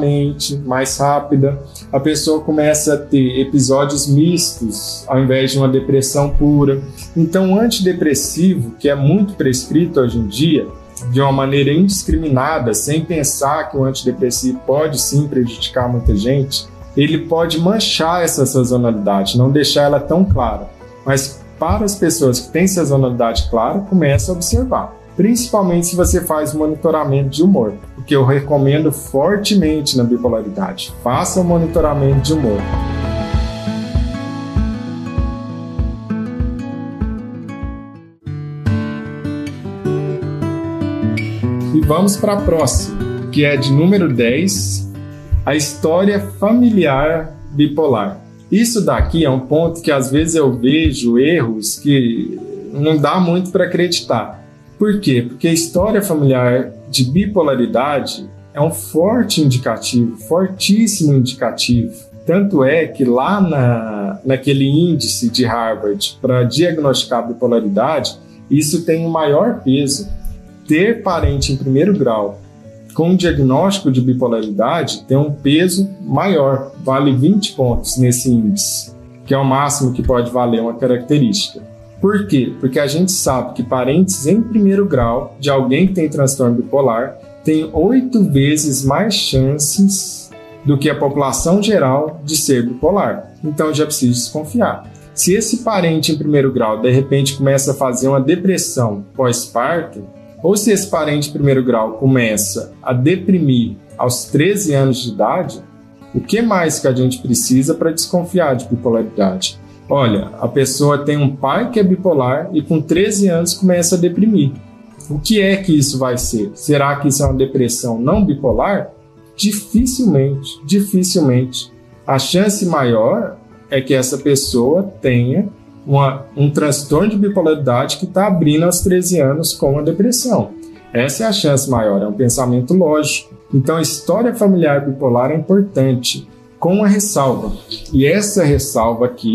rápida, a pessoa começa a ter episódios mistos ao invés de uma depressão pura. Então, o antidepressivo, que é muito prescrito hoje em dia, de uma maneira indiscriminada, sem pensar que o antidepressivo pode sim prejudicar muita gente, ele pode manchar essa sazonalidade, não deixar ela tão clara. Mas para as pessoas que têm sazonalidade clara, começa a observar. Principalmente se você faz monitoramento de humor, o que eu recomendo fortemente na bipolaridade. Faça o monitoramento de humor. E vamos para a próxima, que é de número 10, a história familiar bipolar. Isso daqui é um ponto que às vezes eu vejo erros que não dá muito para acreditar. Por quê? Porque a história familiar de bipolaridade é um forte indicativo, fortíssimo indicativo. Tanto é que lá naquele índice de Harvard para diagnosticar a bipolaridade, isso tem um maior peso. Ter parente em primeiro grau com diagnóstico de bipolaridade tem um peso maior, vale 20 pontos nesse índice, que é o máximo que pode valer uma característica. Por quê? Porque a gente sabe que parentes em primeiro grau de alguém que tem transtorno bipolar tem 8 vezes mais chances do que a população geral de ser bipolar. Então já precisa desconfiar. Se esse parente em primeiro grau de repente começa a fazer uma depressão pós-parto, ou se esse parente de primeiro grau começa a deprimir aos 13 anos de idade, o que mais que a gente precisa para desconfiar de bipolaridade? Olha, a pessoa tem um pai que é bipolar e com 13 anos começa a deprimir. O que é que isso vai ser? Será que isso é uma depressão não bipolar? Dificilmente. A chance maior é que essa pessoa tenha um transtorno de bipolaridade que está abrindo aos 13 anos com a depressão. Essa é a chance maior, é um pensamento lógico. Então, a história familiar bipolar é importante, com uma ressalva. E essa ressalva aqui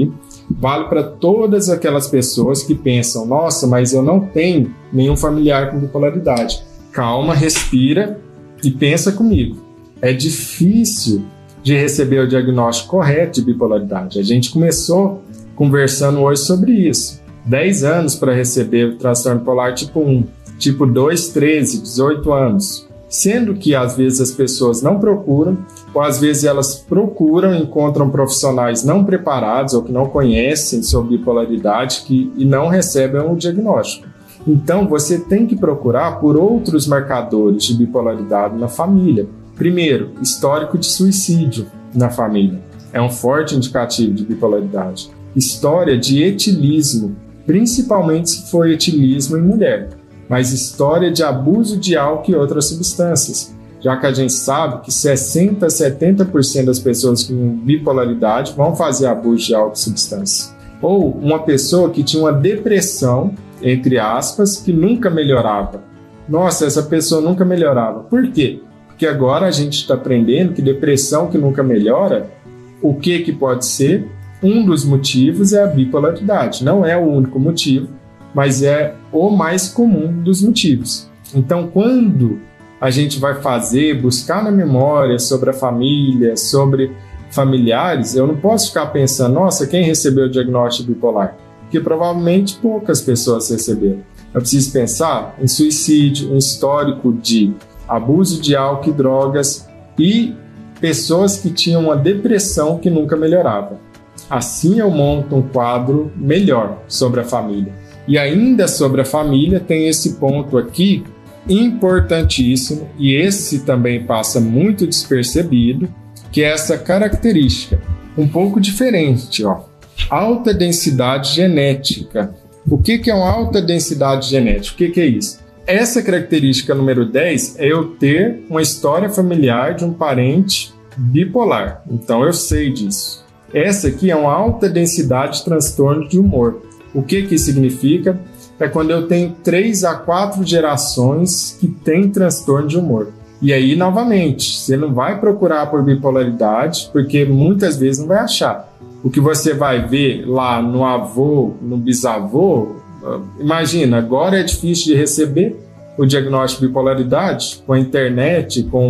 vale para todas aquelas pessoas que pensam, nossa, mas eu não tenho nenhum familiar com bipolaridade. Calma, respira e pensa comigo. É difícil de receber o diagnóstico correto de bipolaridade. A gente começou conversando hoje sobre isso. 10 anos para receber o transtorno bipolar tipo 1, tipo 2, 13, 18 anos. Sendo que às vezes as pessoas não procuram, ou às vezes elas procuram e encontram profissionais não preparados ou que não conhecem sobre bipolaridade e não recebem o diagnóstico. Então você tem que procurar por outros marcadores de bipolaridade na família. Primeiro, histórico de suicídio na família. É um forte indicativo de bipolaridade. História de etilismo, principalmente se for etilismo em mulher. Mas história de abuso de álcool e outras substâncias, já que a gente sabe que 60% a 70% das pessoas com bipolaridade vão fazer abuso de álcool e substâncias. Ou uma pessoa que tinha uma depressão, entre aspas, que nunca melhorava. Nossa, essa pessoa nunca melhorava. Por quê? Porque agora a gente está aprendendo que depressão que nunca melhora, o que pode ser? Um dos motivos é a bipolaridade. Não é o único motivo, mas é o mais comum dos motivos. Então, quando a gente vai buscar na memória sobre a família, sobre familiares, eu não posso ficar pensando, nossa, quem recebeu o diagnóstico bipolar? Porque provavelmente poucas pessoas receberam. Eu preciso pensar em suicídio, em histórico de abuso de álcool e drogas e pessoas que tinham uma depressão que nunca melhorava. Assim eu monto um quadro melhor sobre a família. E ainda sobre a família tem esse ponto aqui importantíssimo, e esse também passa muito despercebido, que é essa característica um pouco diferente, alta densidade genética. O que é uma alta densidade genética? O que é isso? Essa característica número 10 é eu ter uma história familiar de um parente bipolar. Então eu sei disso. Essa aqui é uma alta densidade de transtorno de humor. O que significa? É quando eu tenho 3 a 4 gerações que têm transtorno de humor. E aí, novamente, você não vai procurar por bipolaridade, porque muitas vezes não vai achar. O que você vai ver lá no avô, no bisavô, imagina, agora é difícil de receber o diagnóstico de bipolaridade com a internet, com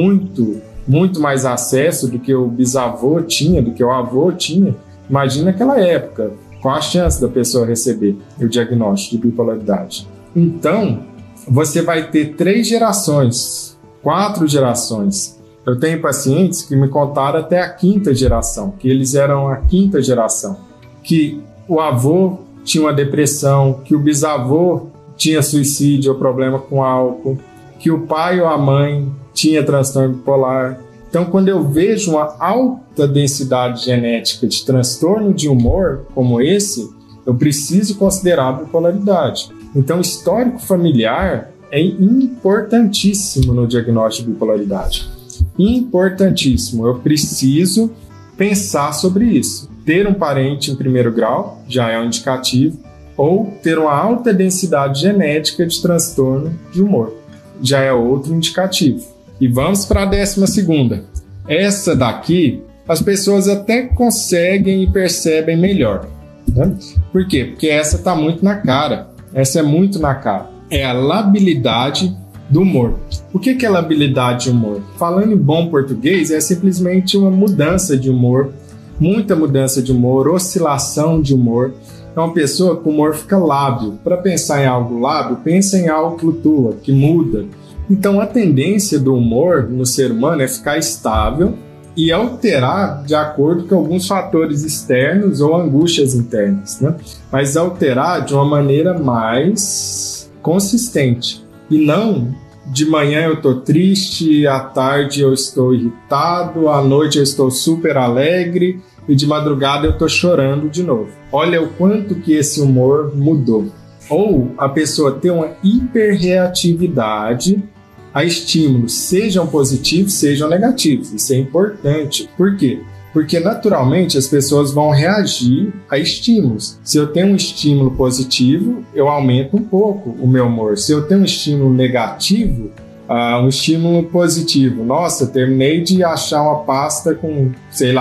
muito mais acesso do que o bisavô tinha, do que o avô tinha. Imagina aquela época. Qual a chance da pessoa receber o diagnóstico de bipolaridade? Então, você vai ter 3 gerações, 4 gerações. Eu tenho pacientes que me contaram até a 5ª geração, que eles eram a 5ª geração, que o avô tinha uma depressão, que o bisavô tinha suicídio ou problema com álcool, que o pai ou a mãe tinha transtorno bipolar. Então, quando eu vejo uma alta densidade genética de transtorno de humor como esse, eu preciso considerar a bipolaridade. Então, histórico familiar é importantíssimo no diagnóstico de bipolaridade. Importantíssimo. Eu preciso pensar sobre isso. Ter um parente em primeiro grau já é um indicativo, ou ter uma alta densidade genética de transtorno de humor já é outro indicativo. E vamos para a 12ª. Essa daqui, as pessoas até conseguem e percebem melhor. Né? Por quê? Porque essa está muito na cara. Essa é muito na cara. É a labilidade do humor. O que é labilidade de humor? Falando em bom português, é simplesmente uma mudança de humor, muita mudança de humor, oscilação de humor. É uma pessoa que o humor fica lábil. Para pensar em algo lábil, pensa em algo que flutua, que muda. Então, a tendência do humor no ser humano é ficar estável e alterar de acordo com alguns fatores externos ou angústias internas, né? Mas alterar de uma maneira mais consistente. E não de manhã eu estou triste, à tarde eu estou irritado, à noite eu estou super alegre e de madrugada eu estou chorando de novo. Olha o quanto que esse humor mudou. Ou a pessoa ter uma hiperreatividade a estímulos, sejam positivos, sejam negativos. Isso é importante. Por quê? Porque naturalmente as pessoas vão reagir a estímulos. Se eu tenho um estímulo positivo, eu aumento um pouco o meu humor. Se eu tenho um estímulo negativo, um estímulo positivo, nossa, terminei de achar uma pasta com, sei lá,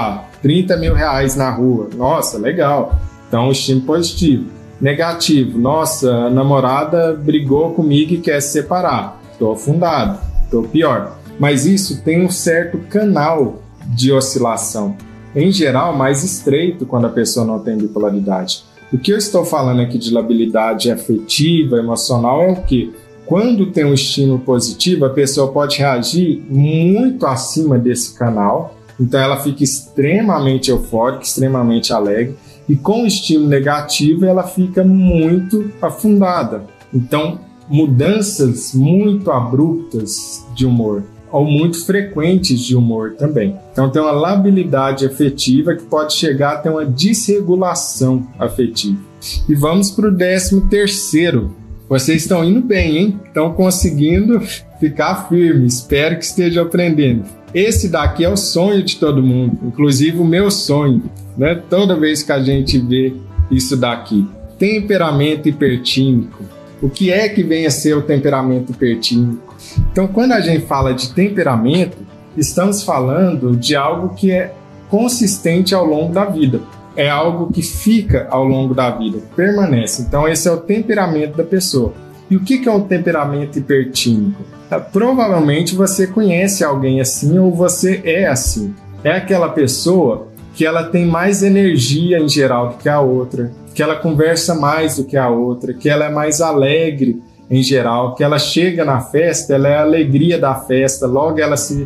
30 mil reais na rua. Nossa, legal. Então, estímulo positivo. Negativo. Nossa, a namorada brigou comigo e quer se separar. Estou afundado, estou pior. Mas isso tem um certo canal de oscilação. Em geral, mais estreito quando a pessoa não tem bipolaridade. O que eu estou falando aqui de labilidade afetiva, emocional, é o quê? Quando tem um estímulo positivo, a pessoa pode reagir muito acima desse canal. Então, ela fica extremamente eufórica, extremamente alegre. E com o estímulo negativo, ela fica muito afundada. Então, mudanças muito abruptas de humor, ou muito frequentes de humor também. Então, tem uma labilidade afetiva que pode chegar a ter uma desregulação afetiva. E vamos para o 13º. Vocês estão indo bem, hein? Estão conseguindo ficar firmes. Espero que estejam aprendendo. Esse daqui é o sonho de todo mundo, inclusive o meu sonho, né? Toda vez que a gente vê isso daqui. Temperamento hipertímico. O que é que vem a ser o temperamento hipertímico? Então, quando a gente fala de temperamento, estamos falando de algo que é consistente ao longo da vida. É algo que fica ao longo da vida, permanece. Então, esse é o temperamento da pessoa. E o que é um temperamento hipertímico? Provavelmente você conhece alguém assim ou você é assim. É aquela pessoa que ela tem mais energia em geral do que a outra, que ela conversa mais do que a outra, que ela é mais alegre em geral, que ela chega na festa, ela é a alegria da festa, logo ela se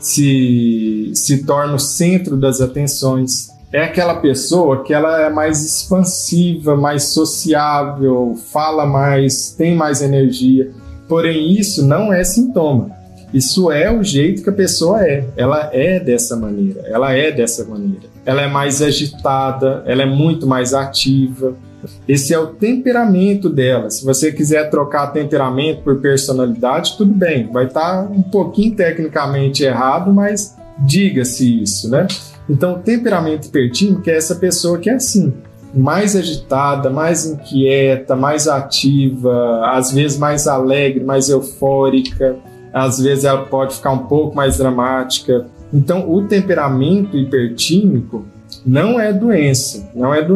torna o centro das atenções. É aquela pessoa que ela é mais expansiva, mais sociável, fala mais, tem mais energia. Porém, isso não é sintoma. Isso é o jeito que a pessoa é. Ela é dessa maneira. Ela é mais agitada, ela é muito mais ativa. Esse é o temperamento dela. Se você quiser trocar temperamento por personalidade, tudo bem. Vai estar um pouquinho tecnicamente errado, mas diga-se isso, né? Então, o temperamento hipertímico é essa pessoa que é assim, mais agitada, mais inquieta, mais ativa, às vezes mais alegre, mais eufórica, às vezes ela pode ficar um pouco mais dramática. Então, o temperamento hipertímico não é doença,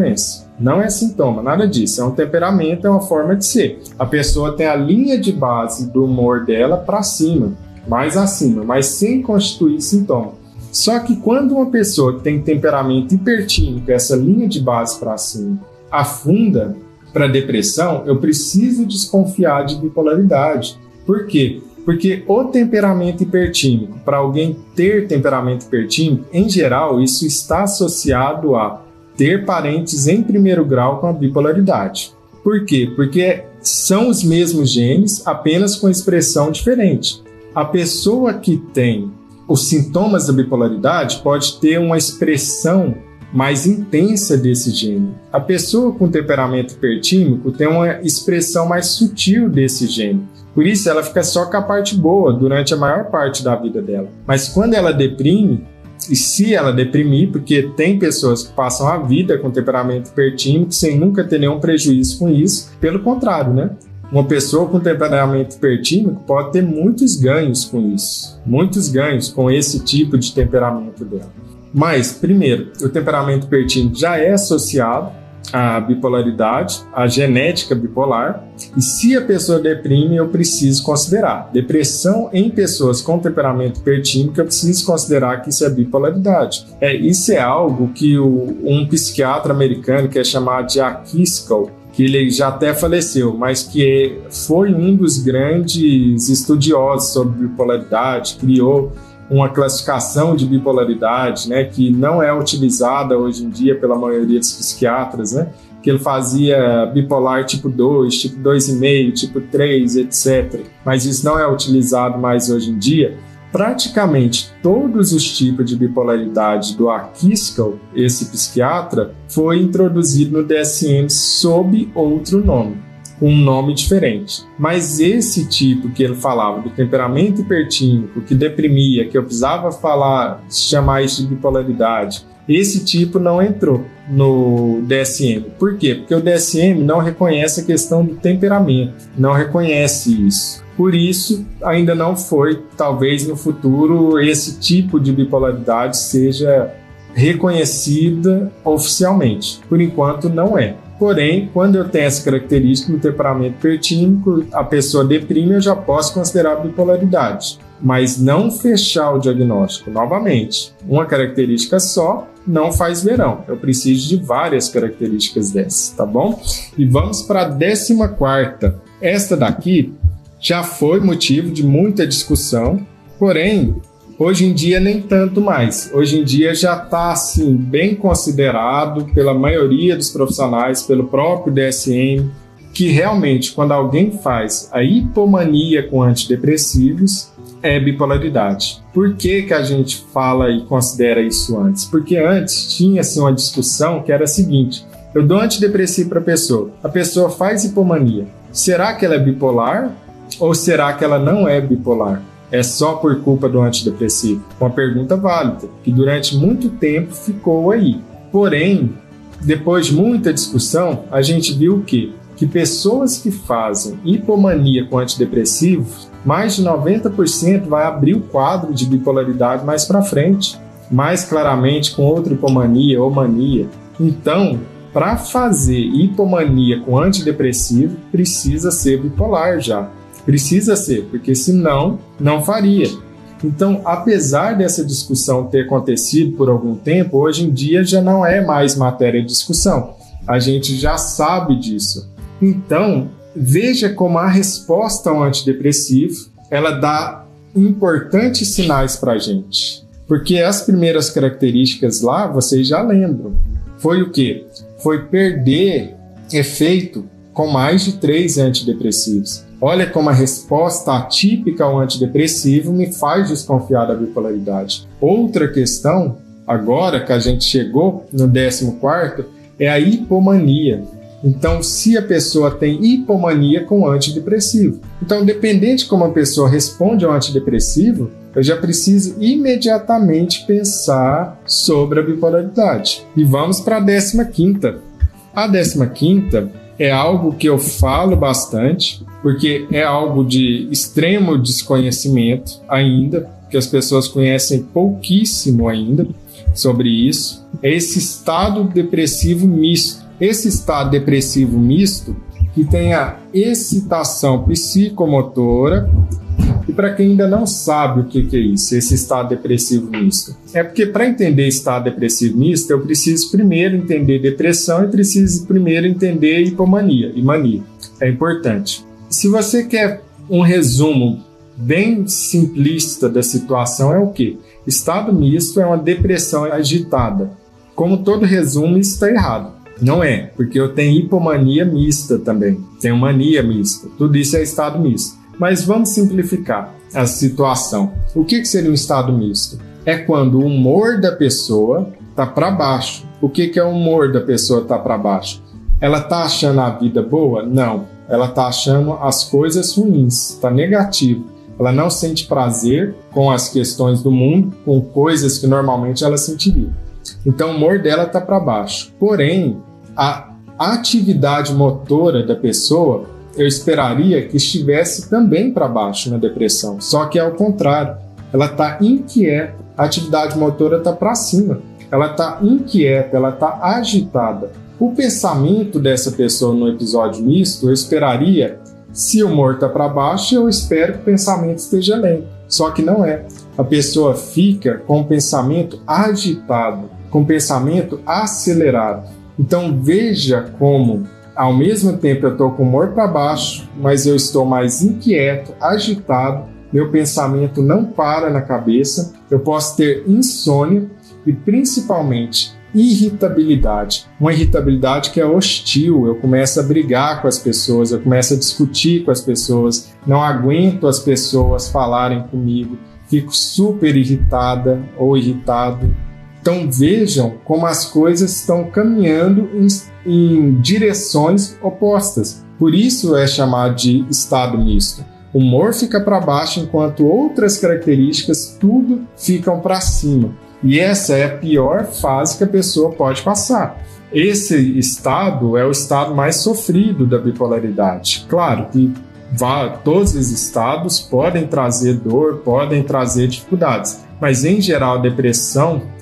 não é sintoma, nada disso. É um temperamento, é uma forma de ser. A pessoa tem a linha de base do humor dela para cima, mais acima, mas sem constituir sintoma. Só que quando uma pessoa tem temperamento hipertímico, essa linha de base para cima, afunda para depressão, eu preciso desconfiar de bipolaridade. Por quê? Porque o temperamento hipertímico, para alguém ter temperamento hipertímico, em geral, isso está associado a ter parentes em primeiro grau com a bipolaridade. Por quê? Porque são os mesmos genes, apenas com expressão diferente. A pessoa que tem os sintomas da bipolaridade pode ter uma expressão mais intensa desse gene. A pessoa com temperamento hipertímico tem uma expressão mais sutil desse gene. Por isso, ela fica só com a parte boa durante a maior parte da vida dela. Mas quando ela deprime, e se ela deprimir, porque tem pessoas que passam a vida com temperamento hipertímico sem nunca ter nenhum prejuízo com isso, pelo contrário, né? Uma pessoa com temperamento hipertímico pode ter muitos ganhos com isso, muitos ganhos com esse tipo de temperamento dela. Mas, primeiro, o temperamento hipertímico já é associado à bipolaridade, à genética bipolar, e se a pessoa deprime, eu preciso considerar. Depressão em pessoas com temperamento hipertímico, eu preciso considerar que isso é bipolaridade. Isso é algo que um psiquiatra americano, que é chamado de Akiskal, que ele já até faleceu, mas que foi um dos grandes estudiosos sobre bipolaridade, criou uma classificação de bipolaridade, né, que não é utilizada hoje em dia pela maioria dos psiquiatras, né, que ele fazia bipolar tipo 2, tipo 2,5, tipo 3, etc. Mas isso não é utilizado mais hoje em dia. Praticamente todos os tipos de bipolaridade do Akiskal, esse psiquiatra, foi introduzido no DSM sob outro nome, com um nome diferente. Mas esse tipo que ele falava, do temperamento hipertímico, que deprimia, que eu precisava chamar isso de bipolaridade, esse tipo não entrou no DSM. Por quê? Porque o DSM não reconhece a questão do temperamento, não reconhece isso. Por isso, ainda não foi, talvez no futuro, esse tipo de bipolaridade seja reconhecida oficialmente. Por enquanto, não é. Porém, quando eu tenho essa característica no temperamento hipertímico, a pessoa deprime, eu já posso considerar bipolaridade. Mas não fechar o diagnóstico. Novamente, uma característica só não faz verão. Eu preciso de várias características dessas, tá bom? E vamos para a 14ª. Esta daqui já foi motivo de muita discussão, porém, hoje em dia nem tanto mais. Hoje em dia já está assim, bem considerado pela maioria dos profissionais, pelo próprio DSM, que realmente quando alguém faz a hipomania com antidepressivos, é bipolaridade. Por que a gente fala e considera isso antes? Porque antes tinha assim, uma discussão que era a seguinte: eu dou antidepressivo para a pessoa faz hipomania. Será que ela é bipolar ou será que ela não é bipolar? É só por culpa do antidepressivo? Uma pergunta válida, que durante muito tempo ficou aí. Porém, depois de muita discussão, a gente viu o quê? Que pessoas que fazem hipomania com antidepressivos, mais de 90% vai abrir o quadro de bipolaridade mais para frente, mais claramente com outra hipomania ou mania. Então, para fazer hipomania com antidepressivo, precisa ser bipolar já. Precisa ser, porque senão não faria. Então, apesar dessa discussão ter acontecido por algum tempo, hoje em dia já não é mais matéria de discussão. A gente já sabe disso. Então, veja como a resposta ao antidepressivo, ela dá importantes sinais para a gente. Porque as primeiras características lá, vocês já lembram. Foi o quê? Foi perder efeito com mais de 3 antidepressivos. Olha como a resposta atípica ao antidepressivo me faz desconfiar da bipolaridade. Outra questão, agora que a gente chegou no 14º, é a hipomania. Então, se a pessoa tem hipomania com antidepressivo. Então, dependente de como a pessoa responde ao antidepressivo, eu já preciso imediatamente pensar sobre a bipolaridade. E vamos para a 15ª. A 15ª é algo que eu falo bastante, porque é algo de extremo desconhecimento ainda, que as pessoas conhecem pouquíssimo ainda sobre isso. É esse estado depressivo misto. Esse estado depressivo misto que tem a excitação psicomotora. E para quem ainda não sabe o que é isso, esse estado depressivo misto, é porque para entender estado depressivo misto, eu preciso primeiro entender depressão e preciso primeiro entender hipomania e mania. É importante. Se você quer um resumo bem simplista da situação, é o quê? Estado misto é uma depressão agitada. Como todo resumo, isso está errado. Não é, porque eu tenho hipomania mista também, tenho mania mista, tudo isso é estado misto. Mas vamos simplificar a situação. O que seria um estado misto? É quando o humor da pessoa está para baixo. O que é o humor da pessoa estar para baixo? Ela está achando a vida boa? Não. Ela está achando as coisas ruins, está negativo. Ela não sente prazer com as questões do mundo, com coisas que normalmente ela sentiria. Então o humor dela está para baixo. Porém, a atividade motora da pessoa, eu esperaria que estivesse também para baixo na depressão. Só que é ao contrário. Ela está inquieta, a atividade motora está para cima. Ela está inquieta, ela está agitada. O pensamento dessa pessoa no episódio misto, eu esperaria, se o humor está para baixo, eu espero que o pensamento esteja lento. Só que não é. A pessoa fica com o pensamento agitado, com o pensamento acelerado. Então veja como, ao mesmo tempo eu estou com o humor para baixo, mas eu estou mais inquieto, agitado, meu pensamento não para na cabeça, eu posso ter insônia e principalmente irritabilidade. Uma irritabilidade que é hostil, eu começo a brigar com as pessoas, eu começo a discutir com as pessoas, não aguento as pessoas falarem comigo, fico super irritada ou irritado. Então vejam como as coisas estão caminhando em direções opostas. Por isso é chamado de estado misto. O humor fica para baixo enquanto outras características tudo ficam para cima. E essa é a pior fase que a pessoa pode passar. Esse estado é o estado mais sofrido da bipolaridade. Claro que todos os estados podem trazer dor, podem trazer dificuldades, mas em geral a depressão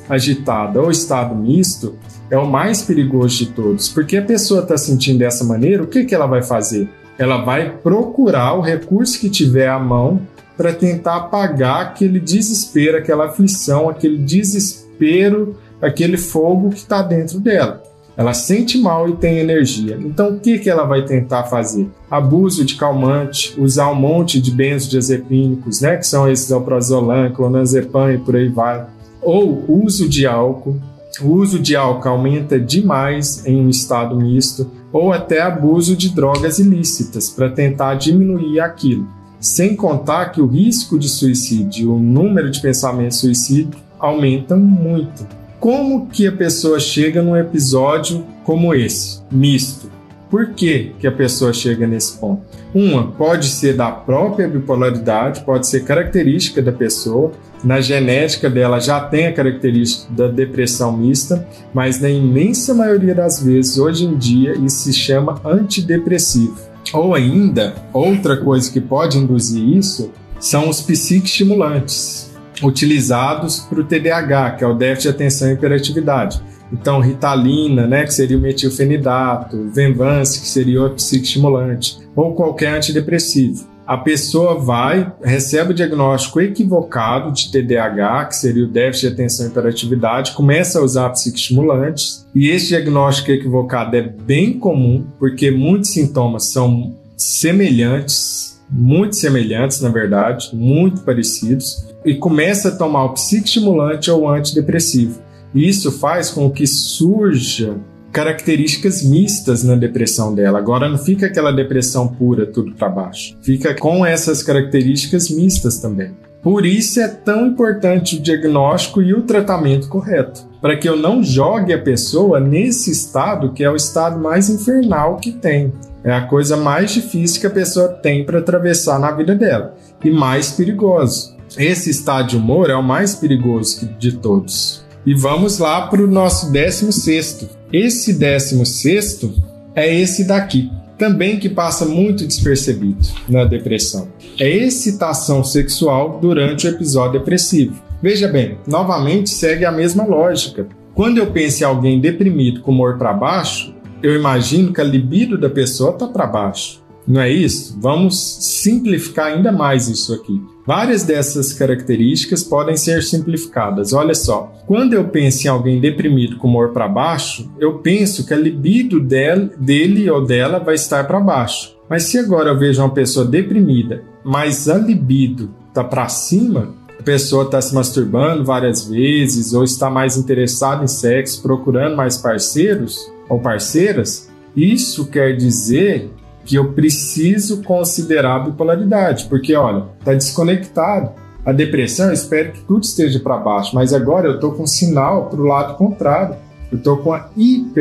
agitada ou estado misto é o mais perigoso de todos, porque a pessoa está sentindo dessa maneira, o que ela vai fazer? Ela vai procurar o recurso que tiver à mão para tentar apagar aquele desespero, aquela aflição, aquele desespero, aquele fogo que está dentro dela. Ela sente mal e tem energia. Então, o que ela vai tentar fazer? Abuso de calmante, usar um monte de benzodiazepínicos, né, que são esses alprazolam, clonazepam e por aí vai. Ou uso de álcool. O uso de álcool aumenta demais em um estado misto, ou até abuso de drogas ilícitas para tentar diminuir aquilo. Sem contar que o risco de suicídio, o número de pensamentos suicidas aumentam muito. Como que a pessoa chega num episódio como esse, misto? Por que a pessoa chega nesse ponto? Uma, pode ser da própria bipolaridade, pode ser característica da pessoa. Na genética dela já tem a característica da depressão mista, mas na imensa maioria das vezes, hoje em dia, isso se chama antidepressivo. Ou ainda, outra coisa que pode induzir isso são os psicoestimulantes utilizados para o TDAH, que é o déficit de atenção e hiperatividade. Então, Ritalina, né, que seria o metilfenidato, Venvance, que seria o psicoestimulante, ou qualquer antidepressivo. A pessoa recebe o diagnóstico equivocado de TDAH, que seria o déficit de atenção e hiperatividade, começa a usar psicoestimulantes, e esse diagnóstico equivocado é bem comum, porque muitos sintomas são semelhantes, muito semelhantes, na verdade, muito parecidos, e começa a tomar o psicoestimulante ou o antidepressivo. Isso faz com que surja características mistas na depressão dela. Agora não fica aquela depressão pura, tudo para baixo. Fica com essas características mistas também. Por isso é tão importante o diagnóstico e o tratamento correto, para que eu não jogue a pessoa nesse estado que é o estado mais infernal que tem. É a coisa mais difícil que a pessoa tem para atravessar na vida dela e mais perigoso. Esse estado de humor é o mais perigoso de todos. E vamos lá para o nosso 16º. Esse 16º é esse daqui, também que passa muito despercebido na depressão. É excitação sexual durante o episódio depressivo. Veja bem, novamente segue a mesma lógica. Quando eu penso em alguém deprimido com humor para baixo, eu imagino que a libido da pessoa está para baixo. Não é isso? Vamos simplificar ainda mais isso aqui. Várias dessas características podem ser simplificadas. Olha só, quando eu penso em alguém deprimido com humor para baixo, eu penso que a libido dele ou dela vai estar para baixo. Mas se agora eu vejo uma pessoa deprimida, mas a libido está para cima, a pessoa está se masturbando várias vezes ou está mais interessada em sexo, procurando mais parceiros ou parceiras, isso quer dizer que eu preciso considerar a bipolaridade, porque, olha, está desconectado. A depressão, eu espero que tudo esteja para baixo, mas agora eu estou com um sinal para o lado contrário. Eu estou com a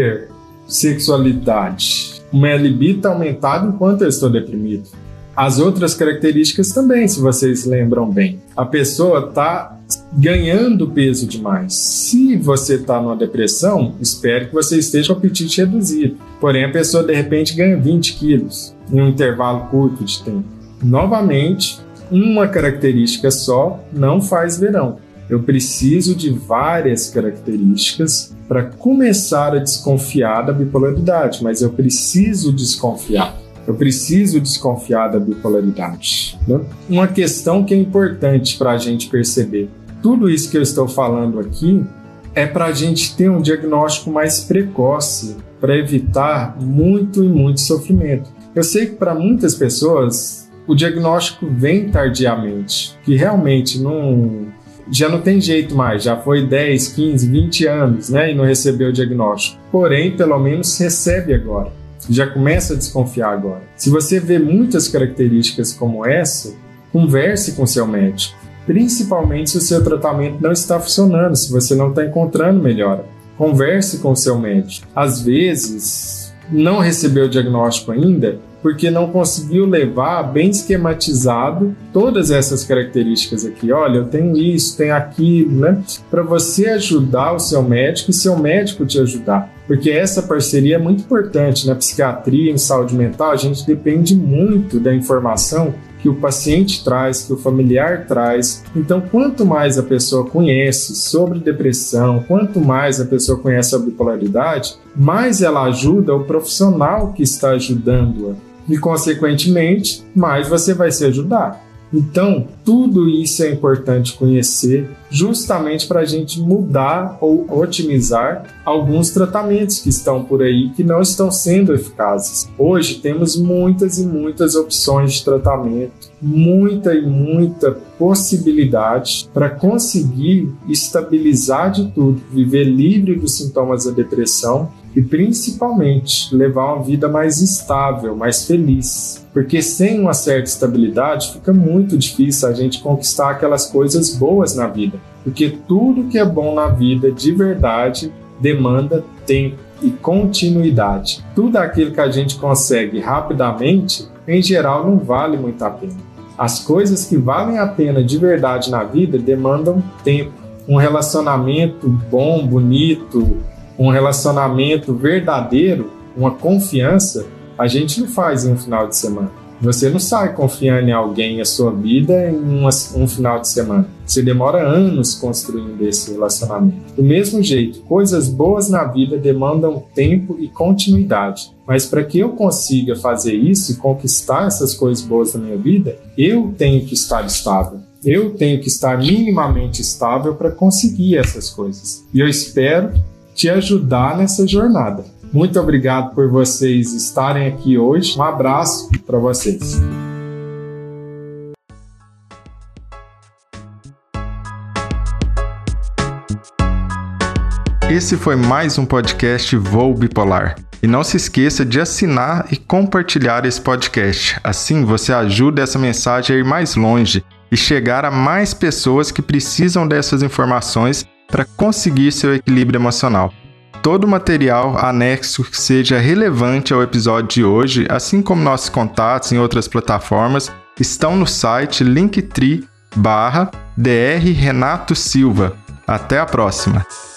hipersexualidade. O meu libido está aumentado enquanto eu estou deprimido. As outras características também, se vocês lembram bem. A pessoa está ganhando peso demais. Se você está numa depressão, espero que você esteja com o apetite reduzido. Porém, a pessoa de repente ganha 20 quilos em um intervalo curto de tempo. Novamente, uma característica só não faz verão. Eu preciso de várias características para começar a desconfiar da bipolaridade, mas eu preciso desconfiar. Eu preciso desconfiar da bipolaridade. Né? Uma questão que é importante para a gente perceber. Tudo isso que eu estou falando aqui é para a gente ter um diagnóstico mais precoce, para evitar muito e muito sofrimento. Eu sei que para muitas pessoas o diagnóstico vem tardiamente, que realmente já não tem jeito mais, já foi 10, 15, 20 anos, né, e não recebeu o diagnóstico. Porém, pelo menos recebe agora. Já começa a desconfiar agora. Se você vê muitas características como essa, converse com seu médico. Principalmente se o seu tratamento não está funcionando, se você não está encontrando melhora. Converse com o seu médico. Às vezes, não recebeu o diagnóstico ainda porque não conseguiu levar bem esquematizado todas essas características aqui. Olha, eu tenho isso, tenho aquilo, né? Para você ajudar o seu médico e seu médico te ajudar. Porque essa parceria é muito importante na psiquiatria, em saúde mental. A gente depende muito da informação que o paciente traz, que o familiar traz. Então, quanto mais a pessoa conhece sobre depressão, quanto mais a pessoa conhece a bipolaridade, mais ela ajuda o profissional que está ajudando-a. E, consequentemente, mais você vai se ajudar. Então, tudo isso é importante conhecer justamente para a gente mudar ou otimizar alguns tratamentos que estão por aí que não estão sendo eficazes. Hoje temos muitas e muitas opções de tratamento, muita possibilidade para conseguir estabilizar de tudo, viver livre dos sintomas da depressão e principalmente levar uma vida mais estável, mais feliz. Porque sem uma certa estabilidade fica muito difícil a gente conquistar aquelas coisas boas na vida. Porque tudo que é bom na vida de verdade demanda tempo e continuidade. Tudo aquilo que a gente consegue rapidamente, em geral, não vale muito a pena. As coisas que valem a pena de verdade na vida demandam tempo. Um relacionamento bom, bonito, um relacionamento verdadeiro, uma confiança, a gente não faz em um final de semana. Você não sai confiando em alguém a sua vida em um final de semana. Você demora anos construindo esse relacionamento. Do mesmo jeito, coisas boas na vida demandam tempo e continuidade. Mas para que eu consiga fazer isso e conquistar essas coisas boas na minha vida, eu tenho que estar estável. Eu tenho que estar minimamente estável para conseguir essas coisas. E eu espero te ajudar nessa jornada. Muito obrigado por vocês estarem aqui hoje. Um abraço para vocês. Esse foi mais um podcast Voo Bipolar. E não se esqueça de assinar e compartilhar esse podcast. Assim você ajuda essa mensagem a ir mais longe e chegar a mais pessoas que precisam dessas informações para conseguir seu equilíbrio emocional. Todo material anexo que seja relevante ao episódio de hoje, assim como nossos contatos em outras plataformas, estão no site linktree.com/Dr. Renato Silva. Até a próxima!